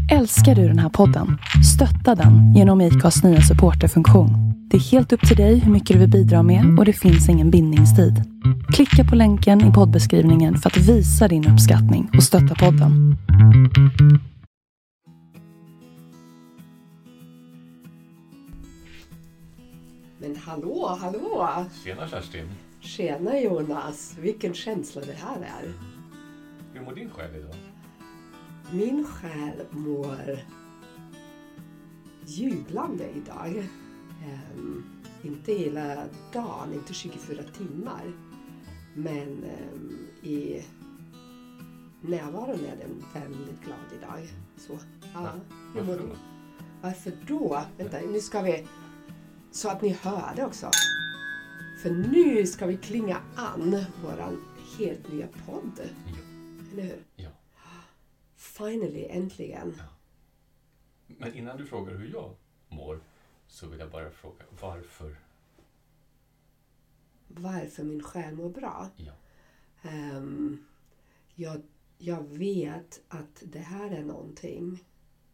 Älskar du den här podden? Stötta den genom IKAs nya supporterfunktion. Det är helt upp till dig hur mycket du vill bidra med och det finns ingen bindningstid. Klicka på länken i poddbeskrivningen för att visa din uppskattning och stötta podden. Men hallå! Tjena Kerstin. Tjena Jonas! Vilken känsla det här är. Hur mår din själ idag? Min själ mår jublande idag. Inte hela dagen, inte 24 timmar. Men i närvaron är den väldigt glad idag. Så, ja. Varför då? Varför då? Vänta, nu ska vi... Så att ni hör det också. För nu ska vi klinga an våran helt nya podd. Ja. Eller hur? Ja. Finally, äntligen. Ja. Men innan du frågar hur jag mår så vill jag bara fråga varför. Varför min själ mår bra? Ja. Jag vet att det här är någonting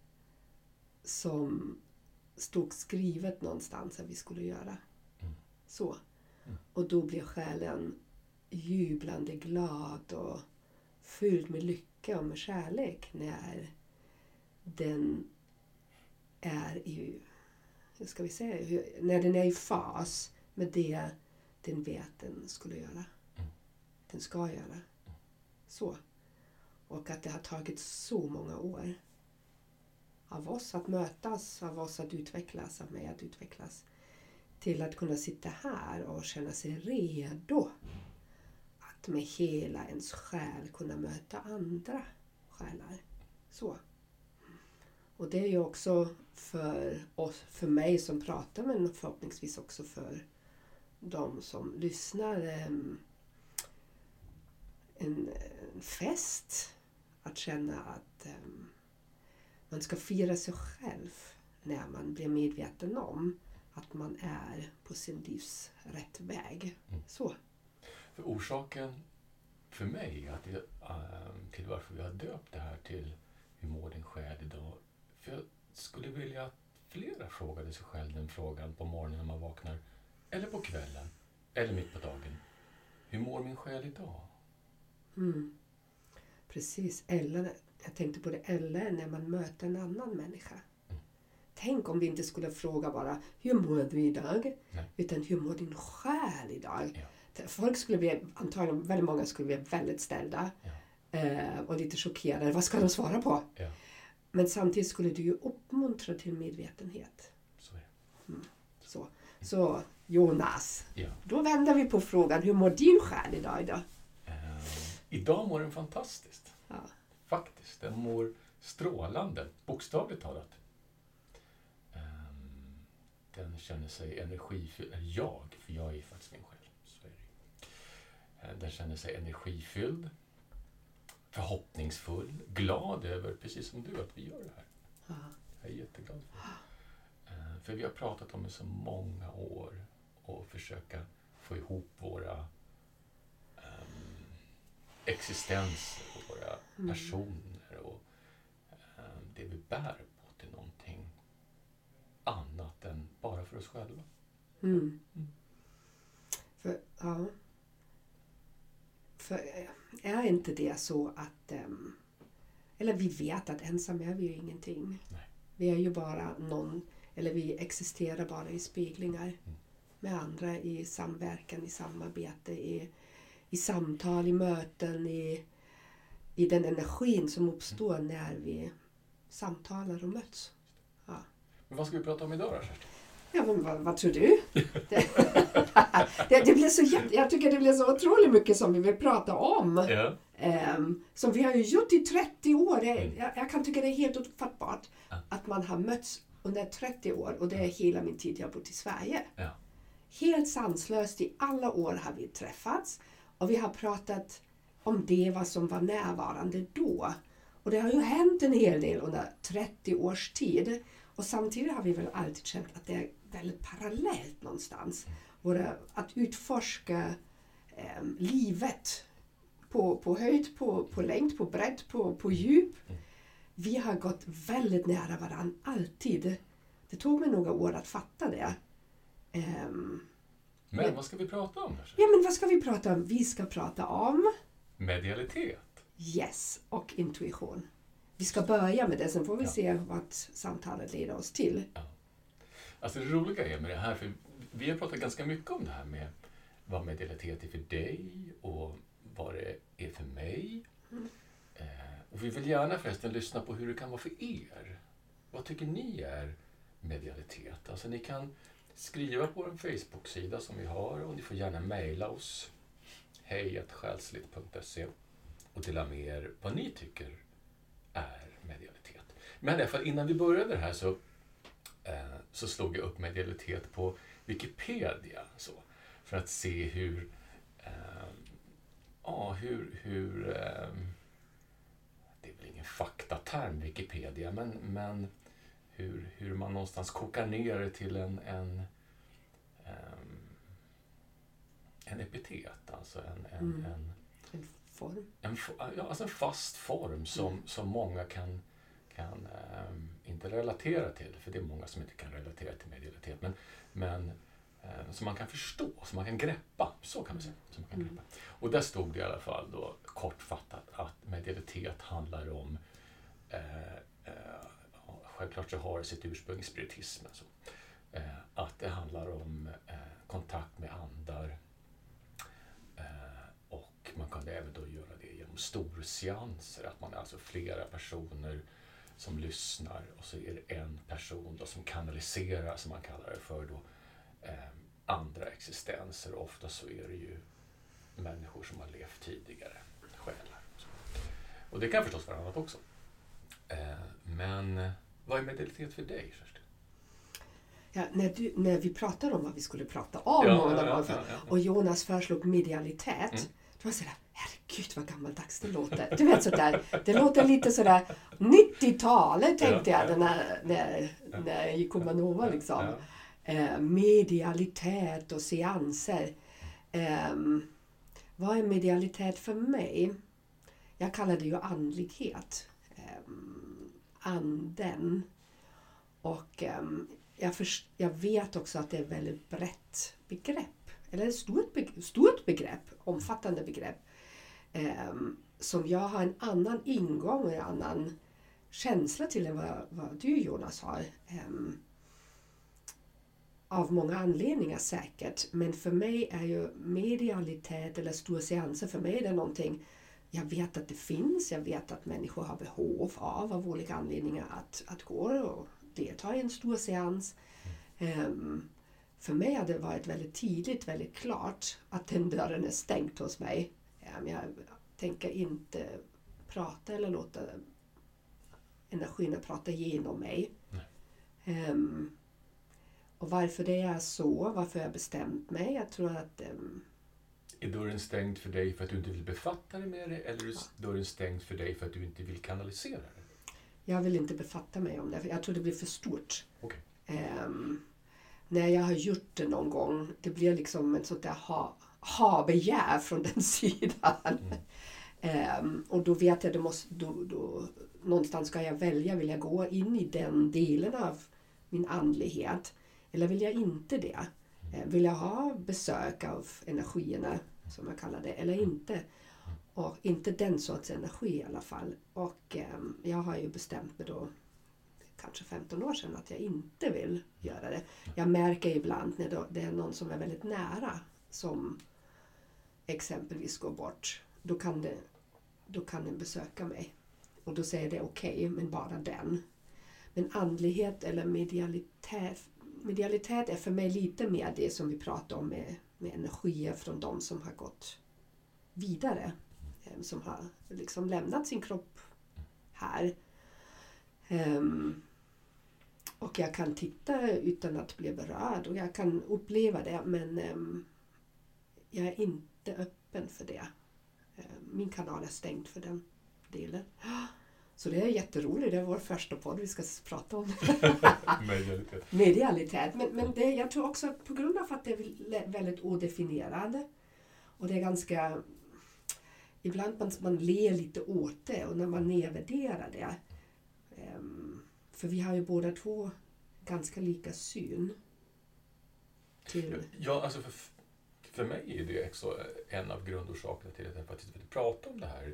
som stod skrivet någonstans att vi skulle göra. Mm. Så. Och då blir själen jublande glad och fylld med lycka och med kärlek när den är i, hur ska vi säga, när den är i fas med det den vet den skulle göra. Den ska göra. Så. Och att det har tagit så många år av oss att mötas, av oss att utvecklas, av mig att utvecklas, till att kunna sitta här och känna sig redo att med hela ens själ kunna möta andra själar. Så. Och det är ju också för oss, för mig som pratar, men förhoppningsvis också för de som lyssnar, en fest att känna att man ska fira sig själv när man blir medveten om att man är på sin livs rätt väg. Så. För orsaken för mig att till varför vi har döpt det här till hur mår din själ idag. För jag skulle vilja att flera frågade sig själv den frågan på morgonen när man vaknar. Eller på kvällen. Eller mitt på dagen. Hur mår min själ idag? Precis. Eller, jag tänkte på det, eller när man möter en annan människa. Tänk om vi inte skulle fråga bara, hur mår du idag? Nej. Utan hur mår din själ idag? Ja. Folk skulle bli, antagligen väldigt många skulle bli väldigt ställda. Ja. Och lite chockerade. Vad ska de svara på? Ja. Men samtidigt skulle du ju uppmuntra till medvetenhet. Så är det. Så Jonas, Ja. då vänder vi på frågan, hur mår din själ idag? Idag mår den fantastiskt. Ja. Faktiskt. Den mår strålande. Bokstavligt talat. Den känner sig energifylld. För jag är faktiskt min själ. Så är det. Den känner sig energifylld. Förhoppningsfull. Glad över, precis som du, att vi gör det här. Ja. Jag är jätteglad för det. För vi har pratat om det så många år. Och försöka få ihop våra existenser och våra personer och det vi bär på till någonting annat än bara för oss själva. För är inte det så att eller vi vet att ensam är vi ju ingenting. Nej. Vi är ju bara någon, eller vi existerar bara i speglingar med andra, i samverkan, i samarbete, i samtal, i möten, i den energin som uppstår när vi samtalar och möts. Ja. Men vad ska vi prata om idag då, Kerstin? Ja, men vad tror du? Det blir så jag tycker det blir så otroligt mycket som vi vill prata om. Ja. Som vi har ju gjort i 30 år. Jag kan tycka det är helt ofattbart att man har mötts under 30 år. Och det är hela min tid jag har bott i Sverige. Ja. Helt sanslöst i alla år har vi träffats. Och vi har pratat om det vad som var närvarande då. Och det har ju hänt en hel del under 30 års tid. Och samtidigt har vi väl alltid känt att det är väldigt parallellt någonstans. Att utforska livet på höjd, på längd, på bredd, på djup. vi har gått väldigt nära varandra alltid. Det tog mig några år att fatta det. Men vad ska vi prata om? Ja, men vad ska vi prata om? Vi ska prata om medialitet. Yes, och intuition. Vi ska börja med det, sen får vi se vad samtalet leder oss till. Ja. Alltså det roliga är med det här, för vi har pratat ganska mycket om det här med vad medialitet är för dig och vad det är för mig. Och vi vill gärna förresten lyssna på hur det kan vara för er. Vad tycker ni är medialitet? Alltså ni kan skriva på en Facebook-sida som vi har och ni får gärna mejla oss hej@själsligt.se och dela med er vad ni tycker är medialitet. Men i alla fall innan vi började det här så slog jag upp medialitet på Wikipedia så, för att se hur det är väl ingen faktaterm Wikipedia, men hur man någonstans kokar ner det till en epitet, alltså en form. Alltså en fast form som många kan inte relatera till, för det är många som inte kan relatera till medialitet, men som man kan förstå, som man kan greppa, så kan man säga. Som man kan greppa. Och där stod det i alla fall då kortfattat att medialitet handlar om självklart så har det sitt ursprung i spiritismen. Så. Att det handlar om kontakt med andar. Och man kan även då göra det genom storseanser. Att man är alltså flera personer som lyssnar. Och så är det en person då som kanaliserar, som man kallar det för då, andra existenser. Ofta så är det ju människor som har levt tidigare. Själar. Och det kan förstås vara annat också. Men vad är medialitet för dig, Kerstin? Ja, när vi pratade om vad vi skulle prata om och Jonas föreslog medialitet, då var jag sådär, herregud vad gammaldags det låter. Du vet sådär, det låter lite sådär 90-talet tänkte jag när jag gick Kumanova liksom. Medialitet och seanser. Vad är medialitet för mig? Jag kallar det ju andlighet. Anden. Och jag vet också att det är ett väldigt brett begrepp. Eller ett stort begrepp. Omfattande begrepp. Som jag har en annan ingång och en annan känsla till än vad du, Jonas, har. Av många anledningar säkert. Men för mig är ju medialitet eller stora seanser, för mig är det någonting jag vet att det finns. Jag vet att människor har behov av olika anledningar att gå och delta i en stor seans. För mig har det varit väldigt tidigt, väldigt klart att den dörren är stängt hos mig. Jag tänker inte prata eller låta energierna prata genom mig. Och varför det är så, varför jag har bestämt mig, jag tror att... Är dörren stängd för dig för att du inte vill befatta dig med det, eller är dörren stängd för dig för att du inte vill kanalisera det? Jag vill inte befatta mig om det, för jag tror det blir för stort. Okay. När jag har gjort det någon gång, det blir liksom ett sånt där ha-begär från den sidan. Och då vet jag, då någonstans ska jag välja, vill jag gå in i den delen av min andlighet, eller vill jag inte det? Vill jag ha besök av energierna, som jag kallar det, eller inte? Och inte den sorts energi i alla fall. Och jag har ju bestämt mig då, kanske 15 år sedan, att jag inte vill göra det. Jag märker ibland när det är någon som är väldigt nära, som exempelvis går bort, då kan den besöka mig. Och då säger det okej, men bara den. Men andlighet eller medialitet är för mig lite mer det som vi pratar om med energier från de som har gått vidare. Som har liksom lämnat sin kropp här. Och jag kan titta utan att bli berörd. Och jag kan uppleva det, men jag är inte öppen för det. Min kanal är stängd för den delen. Så det är jätteroligt. Det är vår första podd vi ska prata om. Medialitet. Men det, jag tror också på grund av att det är väldigt odefinierad. Och det är ganska... Ibland man ler lite åt det. Och när man nedvärderar det. För vi har ju båda två ganska lika syn till... Ja, alltså för mig är det också en av grundorsakerna till att jag faktiskt vill prata om det här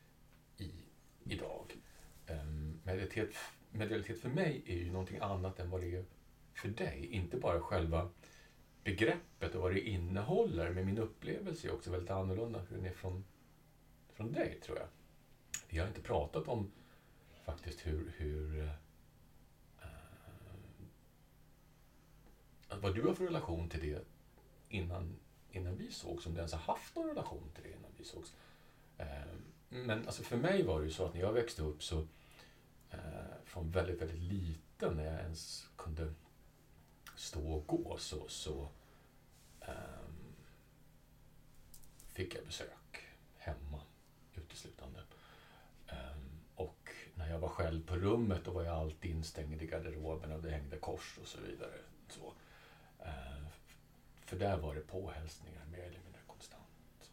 idag. Medialitet för mig är ju någonting annat än vad det är för dig. Inte bara själva begreppet och vad det innehåller, men min upplevelse är också väldigt annorlunda hur den är från dig, tror jag. Vi har inte pratat om faktiskt hur vad du har för relation till det innan vi sågs, om du ens har haft någon relation till det innan vi sågs. Men alltså för mig var det ju så att när jag växte upp så från väldigt, väldigt liten, när jag ens kunde stå och gå, så fick jag besök hemma uteslutande. Och när jag var själv på rummet, då var jag alltid instängd i garderoben och det hängde kors och så vidare. Så. För där var det påhälsningar mer eller mindre konstant.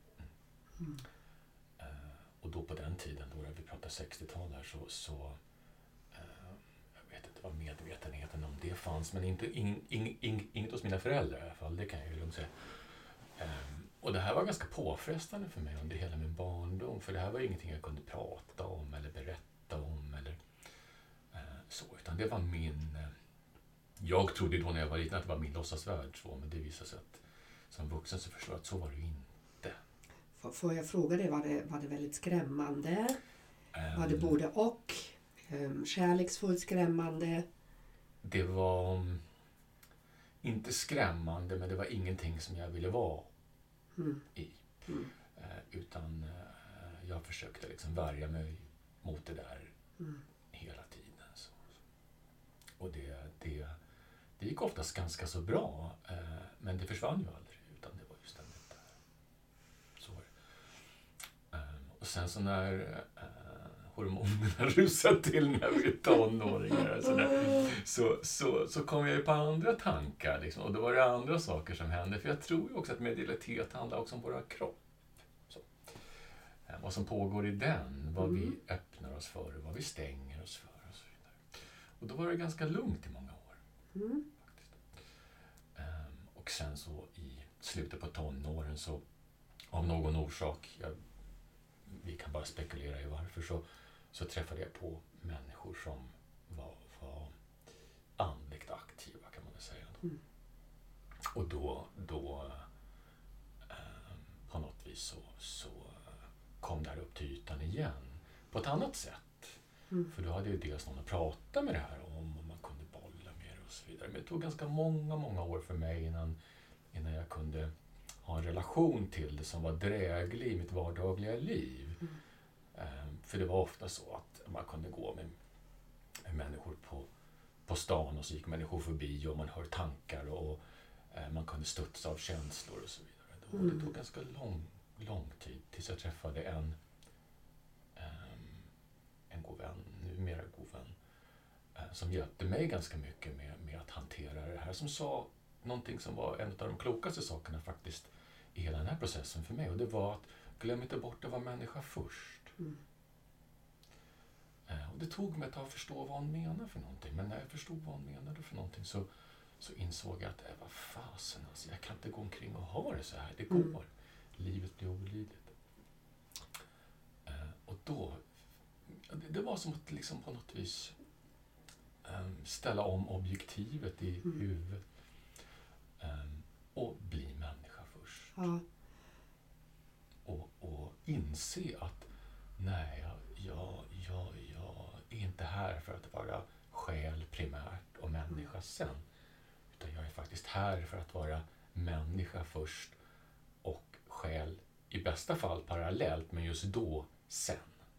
Och då på den tiden, då vi pratar 60-tal här, så jag vet inte vad medvetenheten om det fanns, men inget hos mina föräldrar i alla fall, det kan jag ju lugnt säga. Och det här var ganska påfrestande för mig under hela min barndom, för det här var ingenting jag kunde prata om eller berätta om eller så, utan det var jag trodde då när jag var liten att det var min låtsasvärld, så, men det visade sig att som vuxen så förstår jag att så var det inte. Får jag fråga dig, var det väldigt skrämmande? Var det både och? Kärleksfullt skrämmande? Det var inte skrämmande, men det var ingenting som jag ville vara i. Utan jag försökte liksom värja mig mot det där hela tiden. Så. Och det gick oftast ganska så bra, men det försvann ju aldrig, utan det var ju ständigt där. Så var det. Och sen så när hormonerna rusade till när vi är tonåringar så kom jag ju på andra tankar liksom, och då var det andra saker som hände, för jag tror ju också att medialitet handlar också om våra kropp. Så. Vad som pågår i den, vad vi öppnar oss för, vad vi stänger oss för och så vidare. Och då var det ganska lugnt i många år. Faktiskt. Och sen så i slutet på tonåren så av någon orsak, vi kan bara spekulera i varför, så träffade jag på människor som var andligt aktiva, kan man väl säga. Och då på något vis så kom det här upp till ytan igen på ett annat sätt. För då hade ju dels någon att prata med det här om, och man kunde bolla med det och så vidare. Men det tog ganska många år för mig innan jag kunde ha en relation till det som var dräglig i mitt vardagliga liv. För det var ofta så att man kunde gå med människor på stan, och så gick människor förbi och man hör tankar och man kunde studsa av känslor och så vidare. Och det tog ganska lång tid tills jag träffade en god vän, numera god vän, som hjälpte mig ganska mycket med att hantera det här, som sa någonting som var en av de klokaste sakerna faktiskt i hela den här processen för mig, och det var att glöm inte bort att vara människa först. Och det tog mig att förstå vad hon menar för någonting, men när jag förstod vad hon menade för någonting så insåg jag att vad fasen, alltså, jag kan inte gå omkring och ha det så här, det går. Livet blir olidligt. Och då, det var som att liksom på något vis ställa om objektivet i huvudet och bli människa först. Ja. Och inse att nej, jag är inte här för att vara själ primärt och människa sen. Utan jag är faktiskt här för att vara människa först och själ i bästa fall parallellt, men just då sen.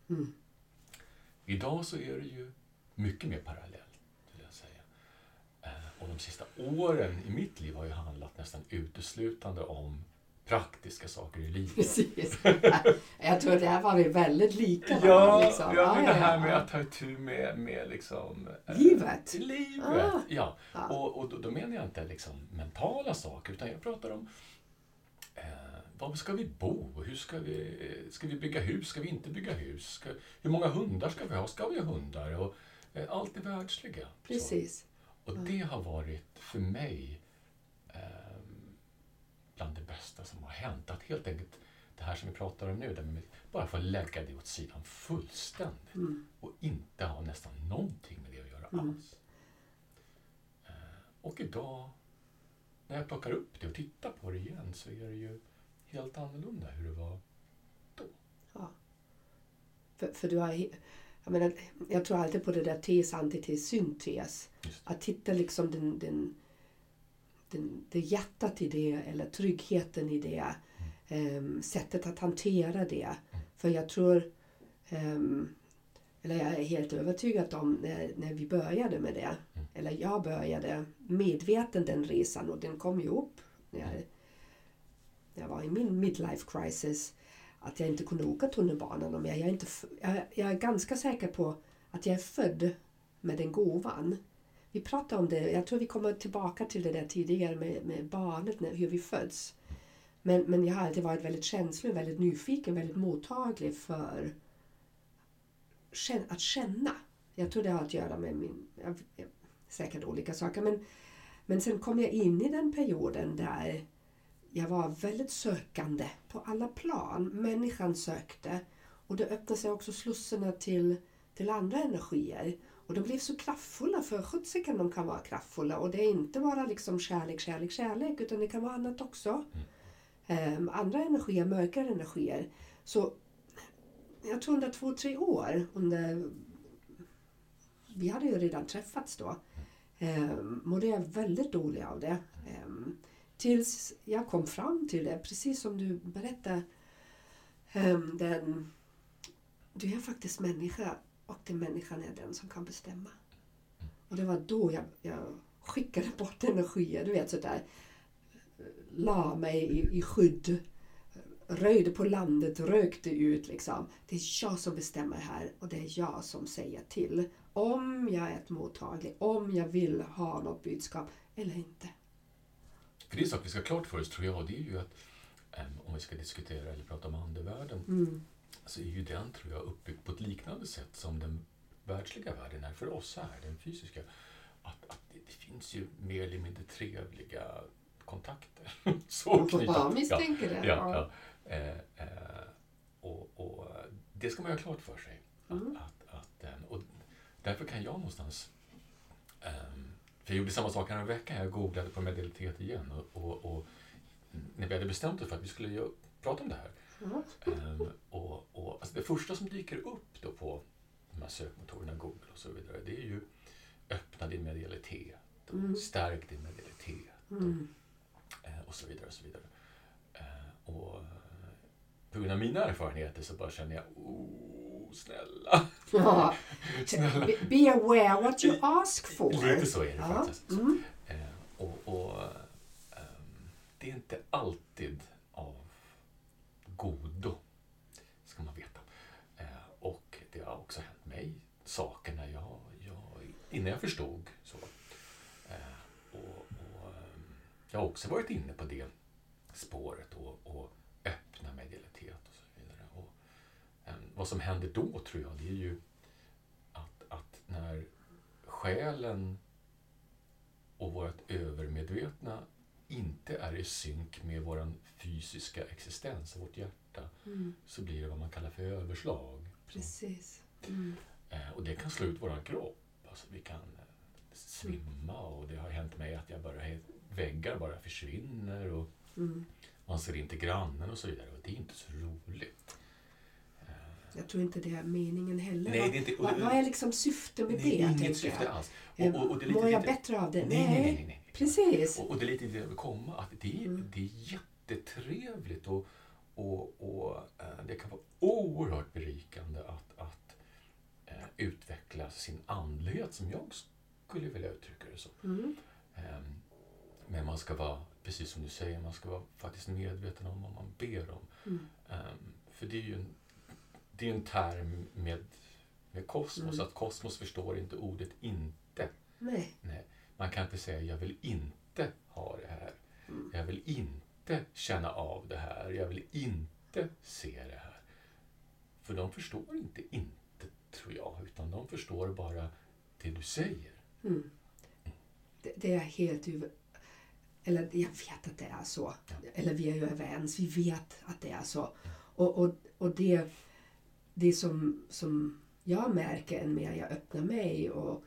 Idag så är det ju mycket mer parallellt, vill jag säga. Och de sista åren i mitt liv har ju handlat nästan uteslutande om praktiska saker i livet. Precis. Jag tror att det här var vi väldigt lika. Liksom. Men det här med att ta itu med liksom, livet. Ja. Och då menar jag inte liksom mentala saker, utan jag pratar om var ska vi bo? Hur ska vi bygga hus? Ska vi inte bygga hus? Hur många hundar ska vi ha? Ska vi ha hundar? Och allt det världsliga. Precis. Och det har varit för mig bland det bästa som har hänt. Att helt enkelt det här som vi pratar om nu, där man bara får lägga det åt sidan fullständigt. Och inte ha nästan någonting med det att göra alls. Och idag, när jag plockar upp det och tittar på det igen, så är det ju helt annorlunda hur det var då. Ja. För du har... Jag tror alltid på det där tes, antites, syntes. Att hitta liksom det hjärtat i det, eller tryggheten i det. Sättet att hantera det. För jag tror, eller jag är helt övertygad om när vi började med det, eller jag började medveten den resan, och den kom ju upp när jag var i min midlife crisis, att jag inte kunde åka tunnelbanan mer. Jag är ganska säker på att jag är född med den gåvan. Vi pratade om det, jag tror vi kommer tillbaka till det där tidigare med barnet, hur vi föds. Men jag har alltid varit väldigt känslig, väldigt nyfiken, väldigt mottaglig för att känna. Jag tror det har att göra med säkert olika saker. Men sen kom jag in i den perioden där jag var väldigt sökande på alla plan. Människan sökte. Och det öppnade sig också slussarna till andra energier. Och de blev så kraftfulla, för sjuttsiken de kan vara kraftfulla. Och det är inte bara liksom kärlek, utan det kan vara annat också. Andra energier, mörkare energier. Så jag tror under 2-3 år, vi hade ju redan träffats då, mådde jag väldigt dålig av det. Tills jag kom fram till det, precis som du berättade, du är faktiskt människa, och den människan är den som kan bestämma. Och det var då jag skickade bort energier, du vet, sådär, la mig i skydd, röjde på landet, rökte ut liksom. Det är jag som bestämmer här, och det är jag som säger till om jag är ett mottaglig, om jag vill ha något budskap eller inte. För det är sak vi ska ha klart för oss, tror jag, det är ju att om vi ska diskutera eller prata om andevärlden, så är ju den, tror jag, uppbyggd på ett liknande sätt som den världsliga världen är för oss här, den fysiska. Att det finns ju mer eller mindre trevliga kontakter. Så knyta. Misstänker det. Ja. Och det ska man ha klart för sig. Och därför kan jag någonstans... för jag gjorde samma sak här en vecka. Jag googlade på medialitet igen. Och när vi hade bestämt oss för att vi skulle prata om det här. Och alltså det första som dyker upp då på de här sökmotorerna, Google och så vidare, det är ju öppna din medialitet. Stärk din medialitet. Och så vidare och så vidare. Och på grund av mina erfarenheter så bara känner jag, snälla. Ja. Snälla. Be aware what you ask for. Lite så är det faktiskt. Och det är inte alltid av godo, ska man veta. Och det har också hänt mig saker när innan jag förstod så. Jag har också varit inne på det spåret och öppna medialitet och så vidare. Och vad som händer då, tror jag, det är ju att när själen och vårt övermedvetna inte är i synk med vår fysiska existens, vårt hjärta, så blir det vad man kallar för överslag. Precis. Och det kan slå ut våran kropp. Alltså vi kan svimma, och det har hänt mig att väggar bara försvinner och man ser inte grannen och så vidare, och det är inte så roligt. Jag tror inte det är meningen heller. Nej, det är inte, vad är liksom syftet med det? Det är inget syfte alls. Och det är mår jag bättre av det? Nej. Precis. Och det är lite det jag vill komma, att det är jättetrevligt och det kan vara oerhört berikande att utveckla sin andlighet, som jag skulle vilja uttrycka det så. Men man ska vara, precis som du säger, man ska vara faktiskt medveten om vad man ber om. För det är ju en term med kosmos, att kosmos förstår inte ordet inte. Nej. Man kan inte säga jag vill inte ha det här. Jag vill inte inte känna av det här. Jag vill inte se det här. För de förstår inte tror jag. Utan de förstår bara det du säger. Mm. Det är helt eller jag vet att det är så. Ja. Eller vi är ju överens. Vi vet att det är så. Och det som jag märker än mer jag öppnar mig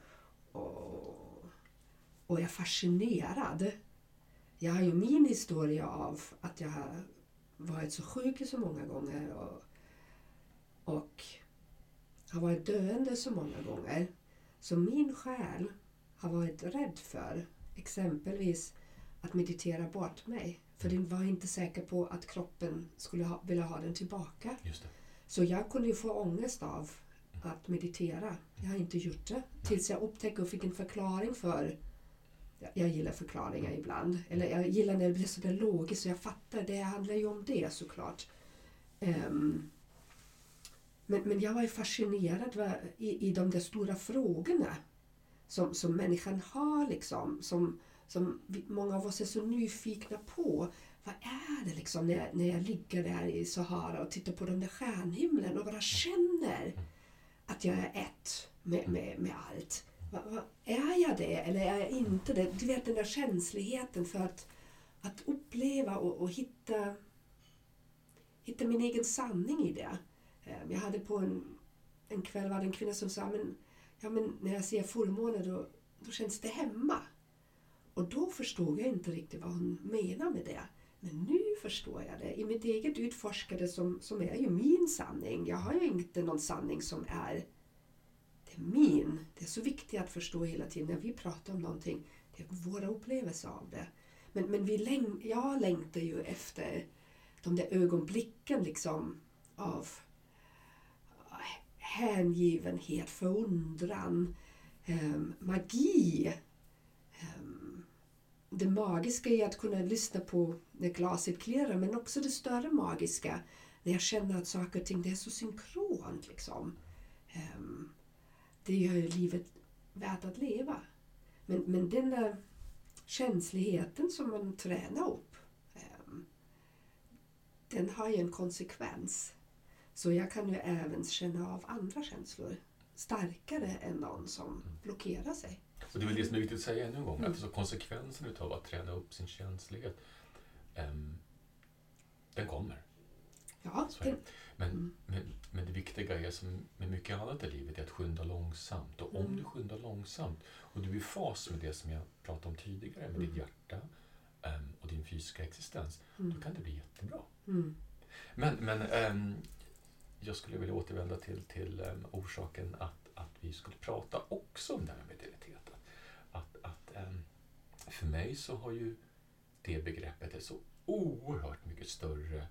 och är fascinerad. Jag har ju min historia av att jag har varit så sjuk så många gånger och har varit döende så många gånger. Så min själ har varit rädd för exempelvis att meditera bort mig. För den var inte säker på att kroppen skulle vilja ha den tillbaka. Just det. Så jag kunde ju få ångest av att meditera. Jag har inte gjort det. Tills jag upptäckte och fick en förklaring för... Jag gillar förklaringar ibland. Eller jag gillar när det blir så där logiskt så jag fattar. Det handlar ju om det såklart. Men jag var ju fascinerad i de där stora frågorna. Som människan har liksom. Som många av oss är så nyfikna på. Vad är det liksom när jag ligger där i Sahara och tittar på den där stjärnhimlen och bara känner att jag är ett med allt. Är jag det eller är jag inte det? Du vet den där känsligheten för att uppleva och hitta min egen sanning i det. Jag hade på en kväll var det en kvinna som sa men när jag ser fullmåne då känns det hemma. Och då förstod jag inte riktigt vad hon menar med det. Men nu förstår jag det. I mitt eget utforskade som är ju min sanning. Jag har ju inte någon sanning som är min. Det är så viktigt att förstå hela tiden när vi pratar om någonting. Det är våra upplevelser av det. Men jag längtar ju efter de där ögonblicken liksom av hängivenhet, förundran, magi. Det magiska är att kunna lyssna på när glaset klirrar, men också det större magiska när jag känner att saker och ting det är så synkront liksom. Det gör ju livet värt att leva. Men den där känsligheten som man tränar upp, den har ju en konsekvens. Så jag kan ju även känna av andra känslor starkare än någon som blockerar sig. Och det är väl det som är viktigt att säga ännu en gång. Att så konsekvensen av att träna upp sin känslighet, den kommer. Ja, men det viktiga är som med mycket annat i livet är att skynda långsamt. Och om du skyndar långsamt och du är i fas med det som jag pratade om tidigare, med ditt hjärta och din fysiska existens, då kan det bli jättebra. Men jag skulle vilja återvända till orsaken att vi skulle prata också om det här med medialitet. För mig så har ju det begreppet ett så oerhört mycket större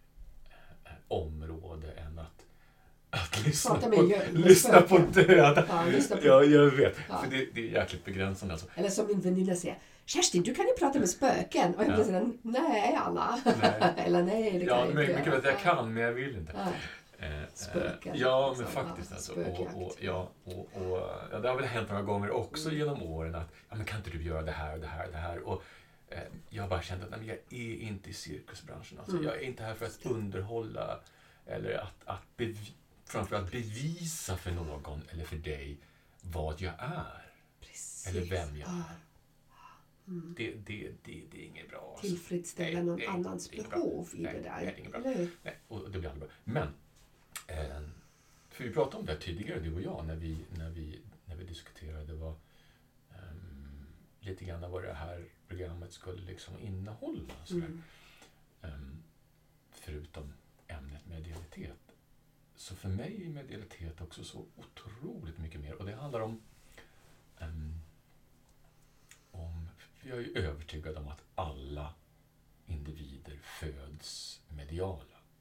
område än att lyssna på döda. Ja, jag vet. Ja. För det är jäkligt begränsande. Alltså. Eller som min väninna säger, Kerstin, du kan ju prata med spöken. Och jag blir sådär, nej Anna. Nej. Eller nej, det kan jag inte. Mycket att jag kan, men jag vill inte. Ja. Spöken. Ja, men faktiskt alltså. Och det har väl hänt några gånger också genom åren att men kan inte du göra det här och det här och det här. Och jag har bara känt att jag är inte i cirkusbranschen. Alltså. Jag är inte här för att underhålla eller framförallt bevisa för någon eller för dig vad jag är. Precis. Eller vem jag är. Det är inget bra. Alltså. Tillfredsställa någon annans behov i det där. Nej, det är inget bra. Nej, och det blir aldrig bra. Men för vi pratade om det tidigare, du och jag, när vi diskuterade vad lite grann vad det här programmet skulle liksom innehålla. Förutom ämnet medialitet. Så för mig är medialitet också så otroligt mycket mer. Och det handlar om jag är övertygad om att alla individer föds mediala.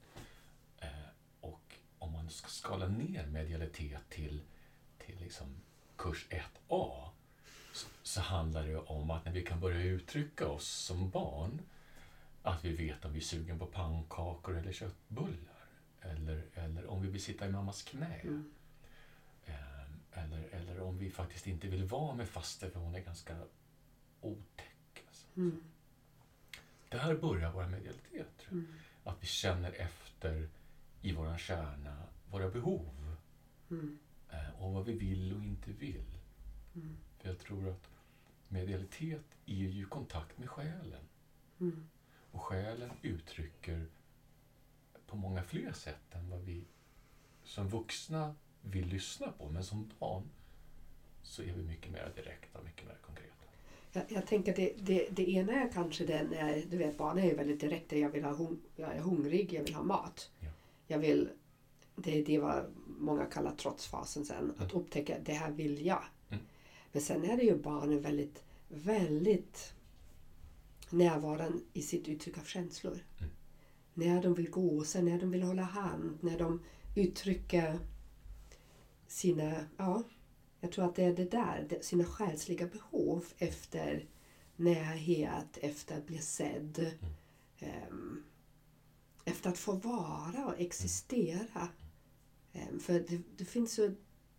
Och om man ska skala ner medialitet till liksom kurs 1A så handlar det om att när vi kan börja uttrycka oss som barn, att vi vet om vi är sugen på pannkakor eller köttbullar, eller om vi vill sitta i mammas knä, eller om vi faktiskt inte vill vara med faster för hon är ganska otäck. Alltså. där börjar vår medialitet. Tror jag. Att vi känner efter i våran kärna våra behov. Och vad vi vill och inte vill. För jag tror att medialitet är ju kontakt med själen. Och själen uttrycker på många fler sätt än vad vi som vuxna vill lyssna på. Men som barn så är vi mycket mer direkta och mycket mer konkreta. Jag tänker att det ena är kanske det när, du vet, barn är ju väldigt direkta. Jag är hungrig, jag vill ha mat. Ja. Det är vad många kallar trotsfasen sen. Att upptäcka, det här vill jag. Men sen är det ju barnen väldigt, väldigt närvarande i sitt uttryck av känslor. När de vill gosa, när de vill hålla hand, när de uttrycker sina, jag tror att det är det där, sina själsliga behov efter närhet, efter att bli sedd, efter att få vara och existera. För det finns ju,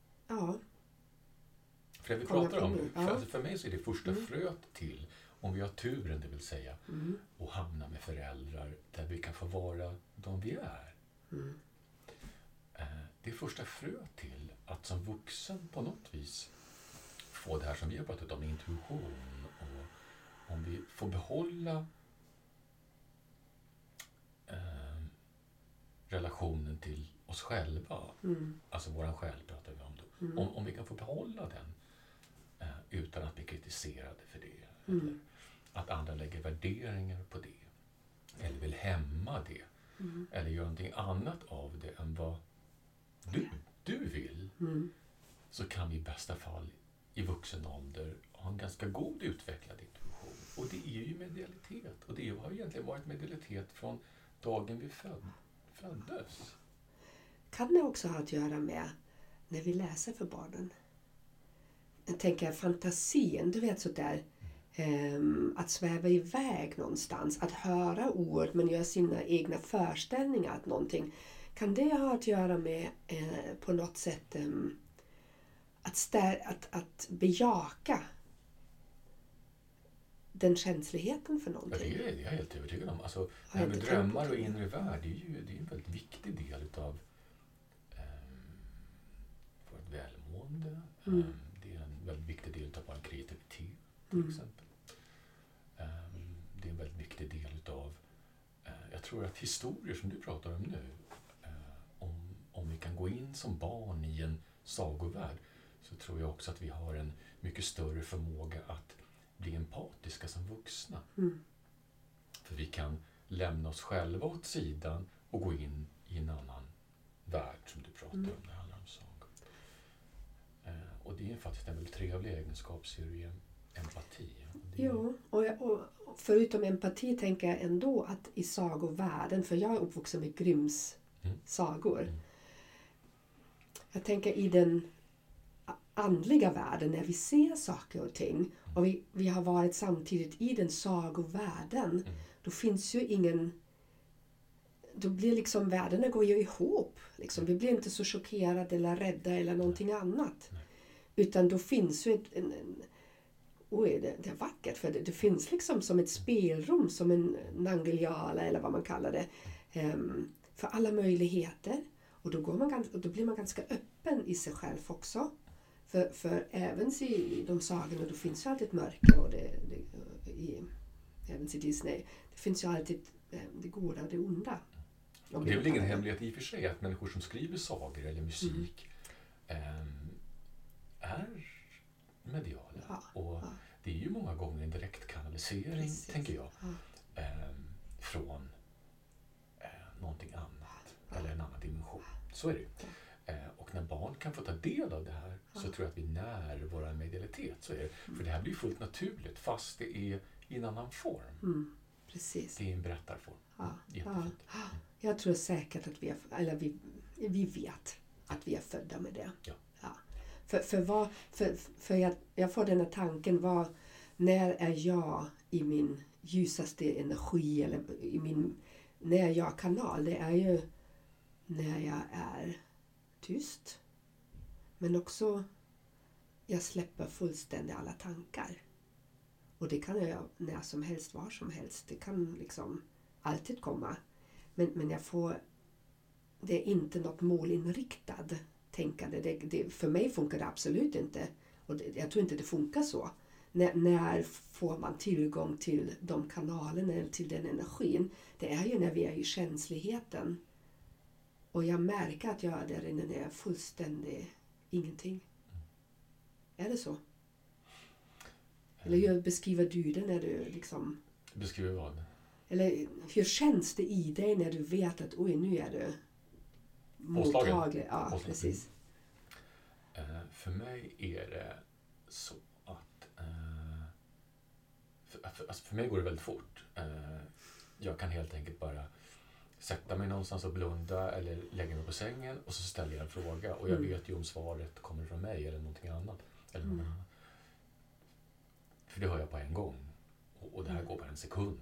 För det vi pratar om nu, för mig så är det första fröet till, om vi har turen det vill säga, och hamna med föräldrar där vi kan få vara de vi är. Det är första fröet till att som vuxen på något vis få det här som vi har pratat om, intuition, och om vi får behålla relationen till oss själva, alltså våran själ pratar vi om då. Om vi kan få behålla den utan att bli kritiserade för det, eller att andra lägger värderingar på det, eller vill hämma det, eller göra någonting annat av det än vad du vill, så kan vi i bästa fall i vuxen ålder ha en ganska god utvecklad intuition. Och det är ju medialitet, och det har egentligen varit medialitet från dagen vi föddes. Kan det också ha att göra med när vi läser för barnen? Jag tänker fantasin, du vet sådär, att sväva iväg någonstans, att höra ord men göra sina egna föreställningar att någonting. Kan det ha att göra med på något sätt att bejaka den känsligheten för någonting? Ja, det är jag helt övertygad om. Alltså, det här med drömmar och inre värld, det är en väldigt viktig del utav vårt välmående. Det är en väldigt viktig del utav vår kreativitet, till exempel. Det är en väldigt viktig del utav, jag tror att historier som du pratar om nu, om vi kan gå in som barn i en sagovärld, så tror jag också att vi har en mycket större förmåga att bli empatiska som vuxna. För vi kan lämna oss själva åt sidan och gå in i en annan värld som du pratar om, det handlar om sagor. Och det är faktiskt en väldigt trevlig egenskap, ser du, empati. Jo, och förutom empati tänker jag ändå att i sagovärlden, för jag är uppvuxen med Grimms sagor. Jag tänker i den andliga världen när vi ser saker och ting och vi har varit samtidigt i den sagovärlden, då finns ju ingen, då blir liksom världarna går ju ihop liksom. Vi blir inte så chockerade eller rädda eller någonting annat, utan då finns ju det är vackert, för det finns liksom som ett spelrum, som en Nangiljala eller vad man kallar det, för alla möjligheter. Och då blir man ganska öppen i sig själv också. För även i de sagorna, då finns ju alltid ett mörker, och även i Disney, det finns ju alltid det goda och det onda. Och det är väl ingen hemlighet i och för sig att människor som skriver sagor eller musik är mediala. Och det är ju många gånger en direkt kanalisering, tänker jag, från någonting annat, eller en annan dimension. Så är det ju. Och när barn kan få ta del av det här, så tror jag att vi när vår medialitet. Så är det. För det här blir fullt naturligt, fast det är i en annan form. Precis. Det är en berättarform. Jättefint. Jag tror säkert att vi vet att vi är födda med det. Ja. För jag får den här tanken, när är jag i min ljusaste energi, eller när är jag kanal? Det är ju när jag är tyst, men också jag släpper fullständigt alla tankar. Och det kan jag när som helst, var som helst. Det kan liksom alltid komma. Men jag får... Det är inte något målinriktad tänkande. För mig funkar det absolut inte. Och jag tror inte det funkar så. När får man tillgång till de kanalerna eller till den energin? Det är ju när vi är i känsligheten. Och jag märker att jag är där inne när jag är fullständig ingenting. Är det så? Eller hur beskriver du det när du liksom... Beskriver vad? Eller hur känns det i dig när du vet att oj, nu är du mottaglig? Ja, Påslagen. precis. För mig är det så att... För mig går det väldigt fort. Jag kan helt enkelt bara sätta mig någonstans och blunda eller lägga mig på sängen och så ställer jag en fråga. Och jag vet ju om svaret kommer från mig eller någonting annat. Eller någon annan. För det hör jag på en gång. Och det här går bara en sekund.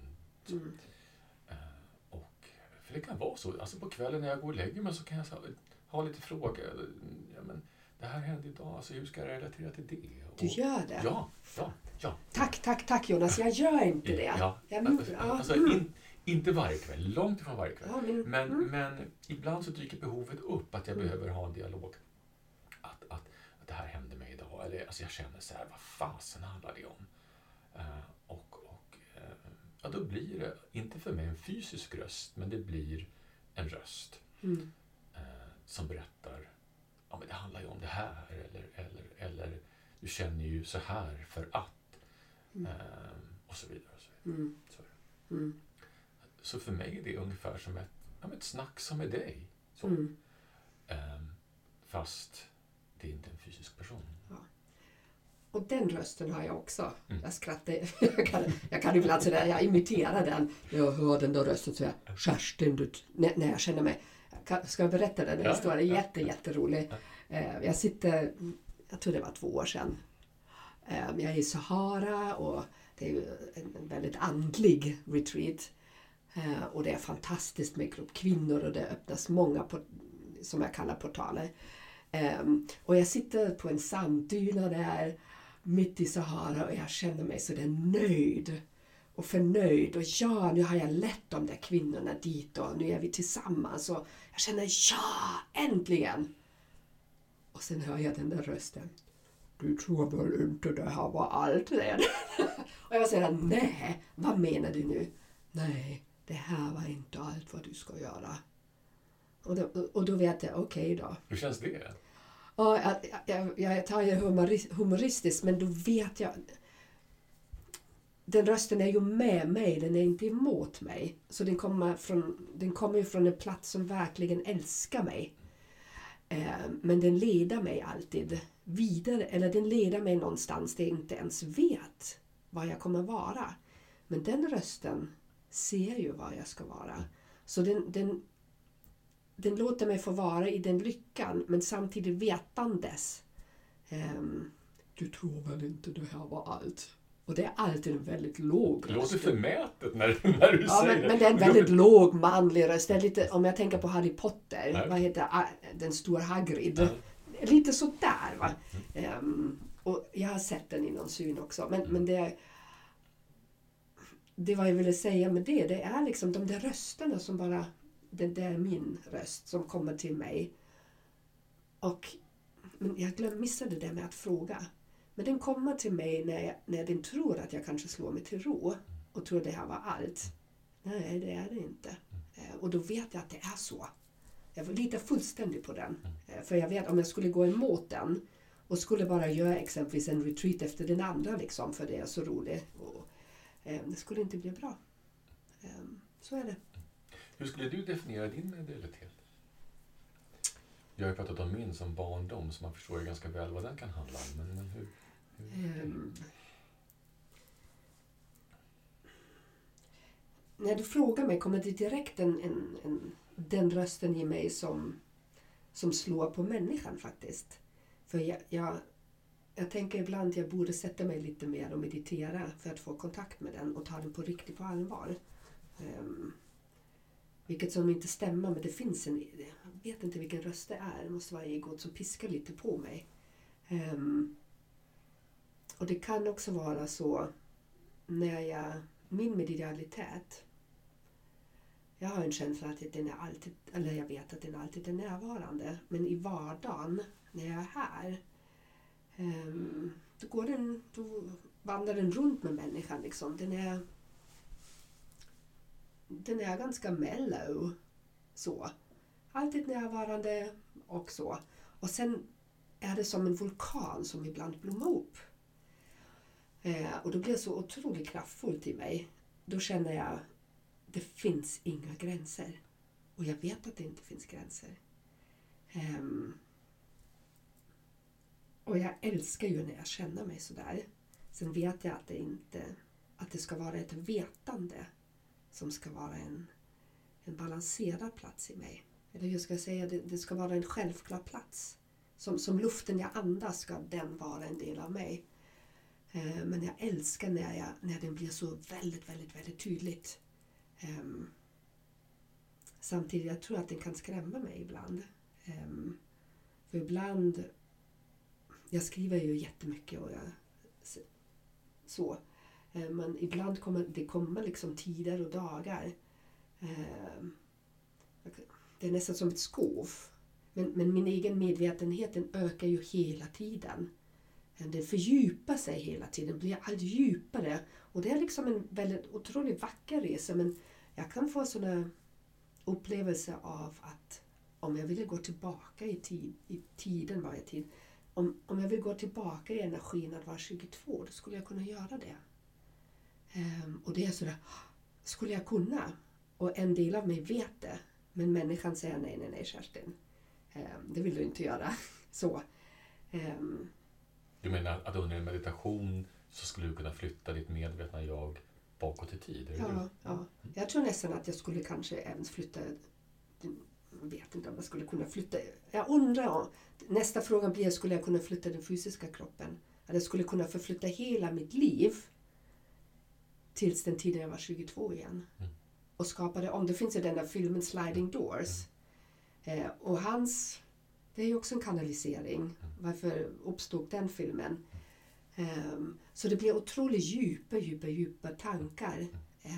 För det kan vara så. Alltså på kvällen när jag går och lägger mig så kan jag ha lite frågor. Ja, men det här hände idag. Alltså hur ska jag relatera till det? Du gör det? Ja. Tack Jonas. Jag gör inte det. Ja. Inte varje kväll. Långt ifrån varje kväll. Ja, men ibland så dyker behovet upp att jag behöver ha en dialog. Att det här hände mig idag. Eller alltså jag känner så här, vad fasen handlar det om? Då blir det, inte för mig en fysisk röst, men det blir en röst som berättar, ja men det handlar ju om det här, eller du känner ju så här för att, och så vidare. Och så vidare. Så för mig är det ungefär som ett snack som är dig. Så. Fast det är inte en fysisk person. Ja. Och den rösten har jag också. Jag skrattar. Jag kan ibland säga jag imiterar den. Jag hör den där rösten så jag Kerstin, när jag känner mig. Ska jag berätta den historien? Jätterolig. Jag sitter, jag tror det var 2 år sedan. Jag är i Sahara och det är ju en väldigt andlig retreat. Och det är fantastiskt med grupp kvinnor och det öppnas många, som jag kallar portaler. Och jag sitter på en sanddyna där mitt i Sahara och jag känner mig så där nöjd och förnöjd. Och ja, nu har jag lett de där kvinnorna dit och nu är vi tillsammans. Och jag känner äntligen! Och sen hör jag den där rösten. Du tror väl inte det här var allt redan? Och jag säger, nej, vad menar du nu? Nej, det här var inte allt vad du ska göra. Och då vet jag, okej då. Hur känns det? Ja, jag tar det humoristiskt, men då vet jag. Den rösten är ju med mig, den är inte emot mig. Så den kommer ju från en plats som verkligen älskar mig. Men den leder mig alltid vidare, eller den leder mig någonstans där jag inte ens vet vad jag kommer vara. Men den rösten ser ju vad jag ska vara. Så den låter mig få vara i den lyckan, men samtidigt vetandes. Du tror väl inte det här var allt? Och det är alltid en väldigt låg röst. Det låter förmätet när du säger det. Men det är en väldigt låg manlig röst. Det är lite, om jag tänker på Harry Potter, vad heter den stora Hagrid? Lite sådär va. Och jag har sett den i någon syn också. Men det vad jag ville säga med det är liksom de där rösterna som bara, det är min röst som kommer till mig. Men jag missade det med att fråga. Men den kommer till mig när den tror att jag kanske slår mig till ro och tror det här var allt. Nej, det är det inte. Och då vet jag att det är så. Jag litar fullständigt på den. För jag vet om jag skulle gå emot den och skulle bara göra exempelvis en retreat efter den andra liksom, för det är så roligt. Och, det skulle inte bli bra. Så är det. Hur skulle du definiera din medialitet? Jag har ju pratat om min som barndom, så man förstår ju ganska väl vad den kan handla om. Men hur? När du frågar mig kommer det direkt den rösten i mig som slår på människan faktiskt. För jag tänker ibland att jag borde sätta mig lite mer och meditera för att få kontakt med den och ta den på riktigt på allvar. Vilket som inte stämmer, men det finns jag vet inte vilken röst det är. Det måste vara egot som piskar lite på mig. Och det kan också vara så min medialitet, jag har en känsla att den är alltid, eller jag vet att den alltid är närvarande. Men i vardagen, när jag är här, då vandrar den runt med människan. Liksom. Den är ganska mellow. Så. Alltid närvarande och så. Och sen är det som en vulkan som ibland blommar upp. Och då blir det så otroligt kraftfullt i mig. Då känner jag, det finns inga gränser. Och jag vet att det inte finns gränser. Och jag älskar ju när jag känner mig sådär. Sen vet jag att det ska vara ett vetande som ska vara en balanserad plats i mig. Eller hur ska jag säga, det ska vara en självklar plats. Som luften jag andas ska den vara en del av mig. Men jag älskar när den blir så väldigt, väldigt, väldigt tydligt. Samtidigt, jag tror att den kan skrämma mig ibland. För ibland, jag skriver ju jättemycket och men ibland kommer liksom tider och dagar. Det är nästan som ett skov. Men min egen medvetenhet, den ökar ju hela tiden. Den fördjupar sig hela tiden, blir allt djupare. Och det är liksom en väldigt otroligt vacker resa. Men jag kan få sådana upplevelser av att om jag ville gå tillbaka i tiden varje tid. Om jag vill gå tillbaka i energin att vara 22, då skulle jag kunna göra det. Och det är sådär, skulle jag kunna? Och en del av mig vet det. Men människan säger nej Kerstin. Det vill du inte göra. Så. Du menar att under en meditation så skulle du kunna flytta ditt medvetna jag bakåt i tid? Ja. Jag tror nästan att jag skulle kanske ens flytta. Jag vet inte om jag skulle kunna flytta. Jag undrar. Nästa fråga blir, skulle jag kunna flytta den fysiska kroppen? Att jag skulle kunna förflytta hela mitt liv tills den tiden jag var 22 igen. Och skapade om. Det finns ju den där filmen Sliding Doors. Och det är ju också en kanalisering. Varför uppstod den filmen? Så det blir otroligt djupa tankar.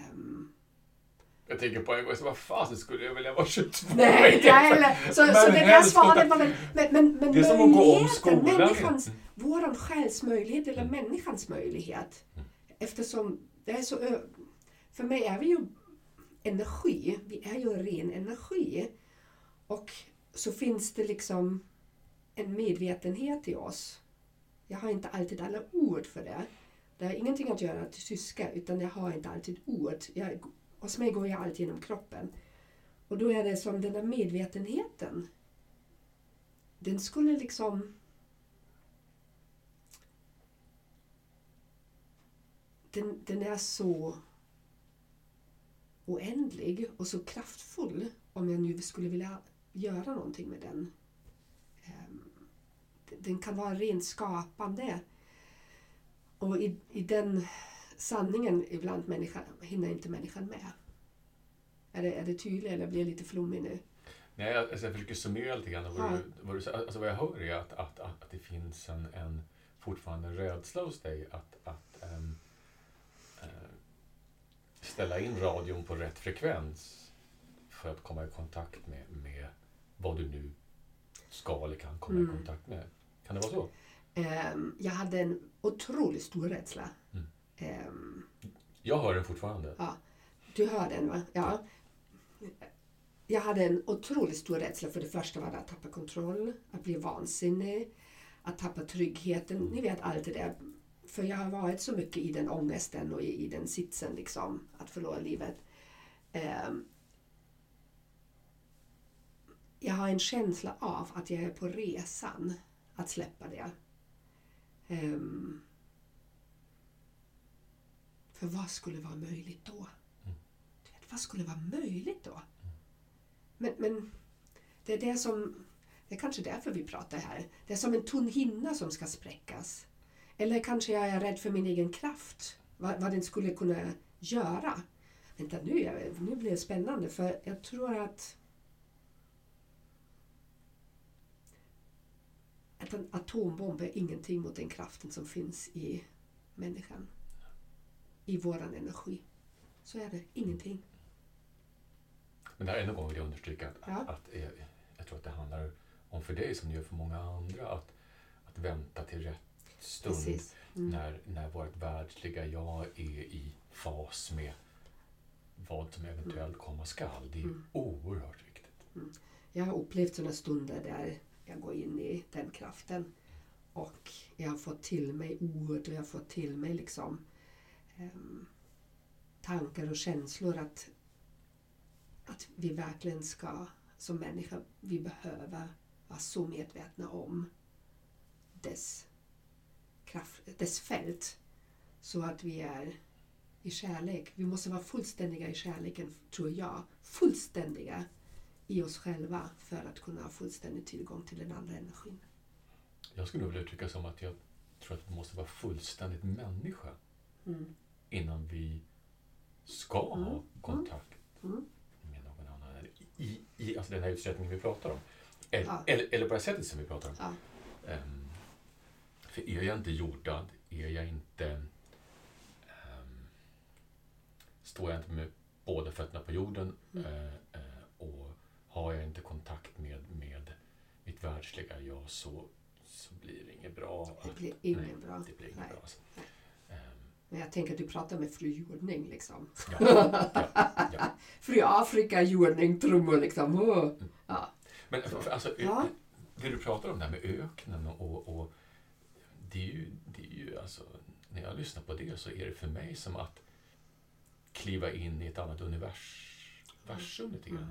Jag tänker på en gång, vad fan skulle jag vilja vara 22? Nej, inte heller. Så det där svaret var väl... Men det är som att gå om skolan. Våran själs möjlighet eller människans möjlighet. Eftersom det är så... För mig är vi ju energi. Vi är ju ren energi. Och så finns det liksom en medvetenhet i oss. Jag har inte alltid alla ord för det. Det har ingenting att göra till tyska, utan jag har inte alltid ord. Hos mig går jag alltid genom kroppen. Och då är det som den där medvetenheten. Den skulle liksom... Den är så oändlig och så kraftfull om jag nu skulle vilja göra någonting med den. Den kan vara rent skapande. Och i den sanningen ibland hinner inte människan med. Är det tydligt eller blir det lite flummig nu? Nej, jag försöker summera lite grann vad du säger. Alltså vad jag hör är att det finns en fortfarande rädsla hos dig att ställa in radion på rätt frekvens för att komma i kontakt med vad du nu ska eller kan komma i kontakt med. Kan det vara så? Jag hade en otroligt stor rädsla. Jag hör den fortfarande. Ja, du hör den va? Ja. Jag hade en otroligt stor rädsla. För det första var det att tappa kontroll, att bli vansinnig, att tappa tryggheten. Ni vet allt det där. För jag har varit så mycket i den ångesten och i den sitsen liksom, att förlora livet. Jag har en känsla av att jag är på resan att släppa det. För vad skulle vara möjligt då? Du vet, vad skulle vara möjligt då? Men det är det som... Det är kanske därför vi pratar här. Det är som en tunn hinna som ska spräckas. Eller kanske jag är rädd för min egen kraft. Vad den skulle kunna göra. Vänta, nu blir det spännande. För jag tror att en atombomb är ingenting mot den kraften som finns i människan. i våran energi. Så är det ingenting. Men där ännu en gång vill jag understryka att jag tror att det handlar om för dig som det gör för många andra att vänta till rätt stund när vårt världsliga jag är i fas med vad som eventuellt komma skall. Det är oerhört viktigt. Jag har upplevt sådana stunder där jag går in i den kraften och jag har fått till mig ord och jag har fått till mig liksom tankar och känslor att vi verkligen ska som människa, vi behöver vara så medvetna om dess kraft, dess fält, så att vi är i kärlek. Vi måste vara fullständiga i kärleken, tror jag. Fullständiga i oss själva för att kunna ha fullständig tillgång till den andra energin. Jag skulle nog vilja uttrycka som att jag tror att vi måste vara fullständigt människa innan vi ska ha kontakt med någon annan. I alltså den här utsträckningen vi pratar om. Eller på det sättet som vi pratar om. Ja. För är jag inte jordad, är jag inte står jag inte med båda fötterna på jorden och har jag inte kontakt med mitt världsliga jag så blir det inget bra. Det blir inget bra. Det blir inget bra. Alltså. Men jag tänker att du pratar med fru jordning liksom. Ja. Fru Afrika jordning trummor liksom. Ja. Men alltså, det du pratar om där med öknen och det är ju alltså, när jag lyssnar på det så är det för mig som att kliva in i ett annat universum lite grann.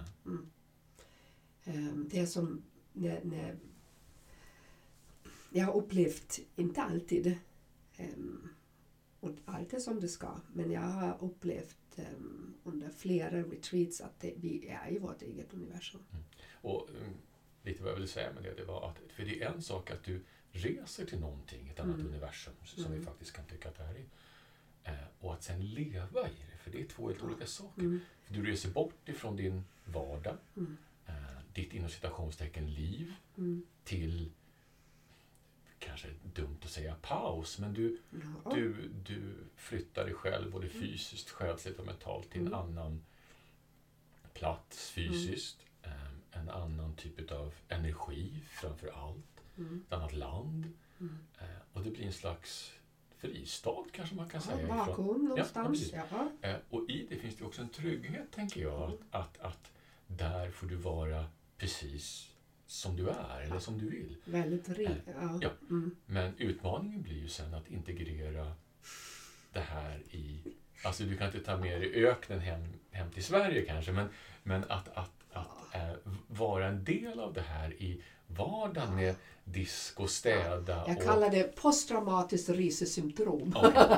Det är som när jag har upplevt, inte alltid och allt är som det ska, men jag har upplevt under flera retreats att vi är i vårt eget universum. Och lite vad jag ville säga med det var att för det är en sak att du reser till någonting, ett annat universum som vi faktiskt kan tycka att det här är. Och att sen leva i det, för det är två helt olika saker. För du reser bort ifrån din vardag, ditt inom citationstecken liv, till, kanske dumt att säga paus, men du flyttar dig själv både fysiskt, själsligt och mentalt till en annan plats fysiskt, en annan typ av energi framför allt, ett annat land, och det blir en slags fristad kanske man kan säga. Vakuum någonstans. Och i det finns det också en trygghet, tänker jag, att där får du vara precis som du är eller som du vill. Väldigt rikt. Men utmaningen blir ju sen att integrera det här i, alltså du kan inte ta med dig öknen hem till Sverige kanske, men att vara en del av det här i vardagen med disk och städa. Jag kallar det posttraumatiskt resesymptom.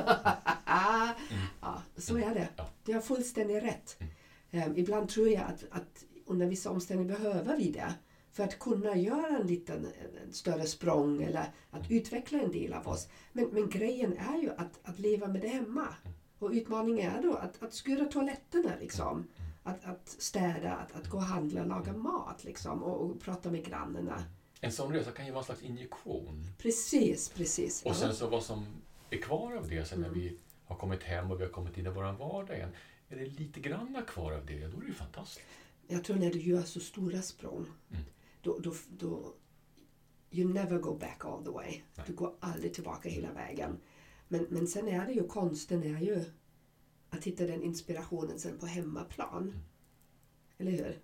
Så är det. Det har fullständigt rätt. Ibland tror jag att under vissa omständigheter behöver vi det för att kunna göra en större språng eller att utveckla en del av oss. Men grejen är ju att leva med det hemma. Och utmaningen är då att skura toaletterna liksom. Att städa, att gå och handla, laga mat liksom, och prata med grannarna. En sån resa kan ju vara en slags injektion. Precis. Och sen så vad som är kvar av det sen när vi har kommit hem och vi har kommit in i våran vardag igen. Är det lite grann kvar av det, då är det ju fantastiskt. Jag tror när du gör så stora språng, då you never go back all the way. Nej. Du går aldrig tillbaka hela vägen. Men sen är det ju, konsten är ju att hitta den inspirationen sen på hemmaplan. Eller hur?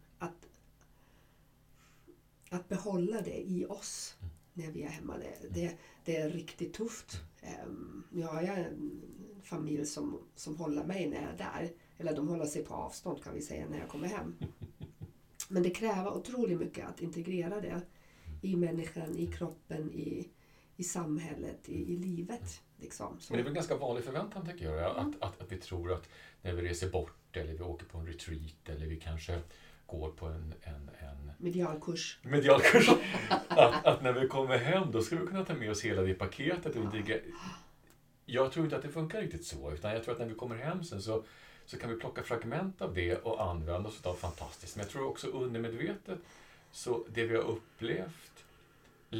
Att behålla det i oss när vi är hemma. Det är riktigt tufft. Nu har jag en familj som håller mig när jag är där. Eller de håller sig på avstånd kan vi säga när jag kommer hem. Men det kräver otroligt mycket att integrera det i människan, i kroppen, i samhället, i livet. Liksom. Men det är väl en ganska vanlig förväntan, tycker jag. Att vi tror att när vi reser bort eller vi åker på en retreat eller vi kanske går på en medialkurs. Att när vi kommer hem då ska vi kunna ta med oss hela det paketet. Jag tror inte att det funkar riktigt så. Utan jag tror att när vi kommer hem sen så kan vi plocka fragment av det och använda oss av fantastiskt. Men jag tror också undermedvetet så det vi har upplevt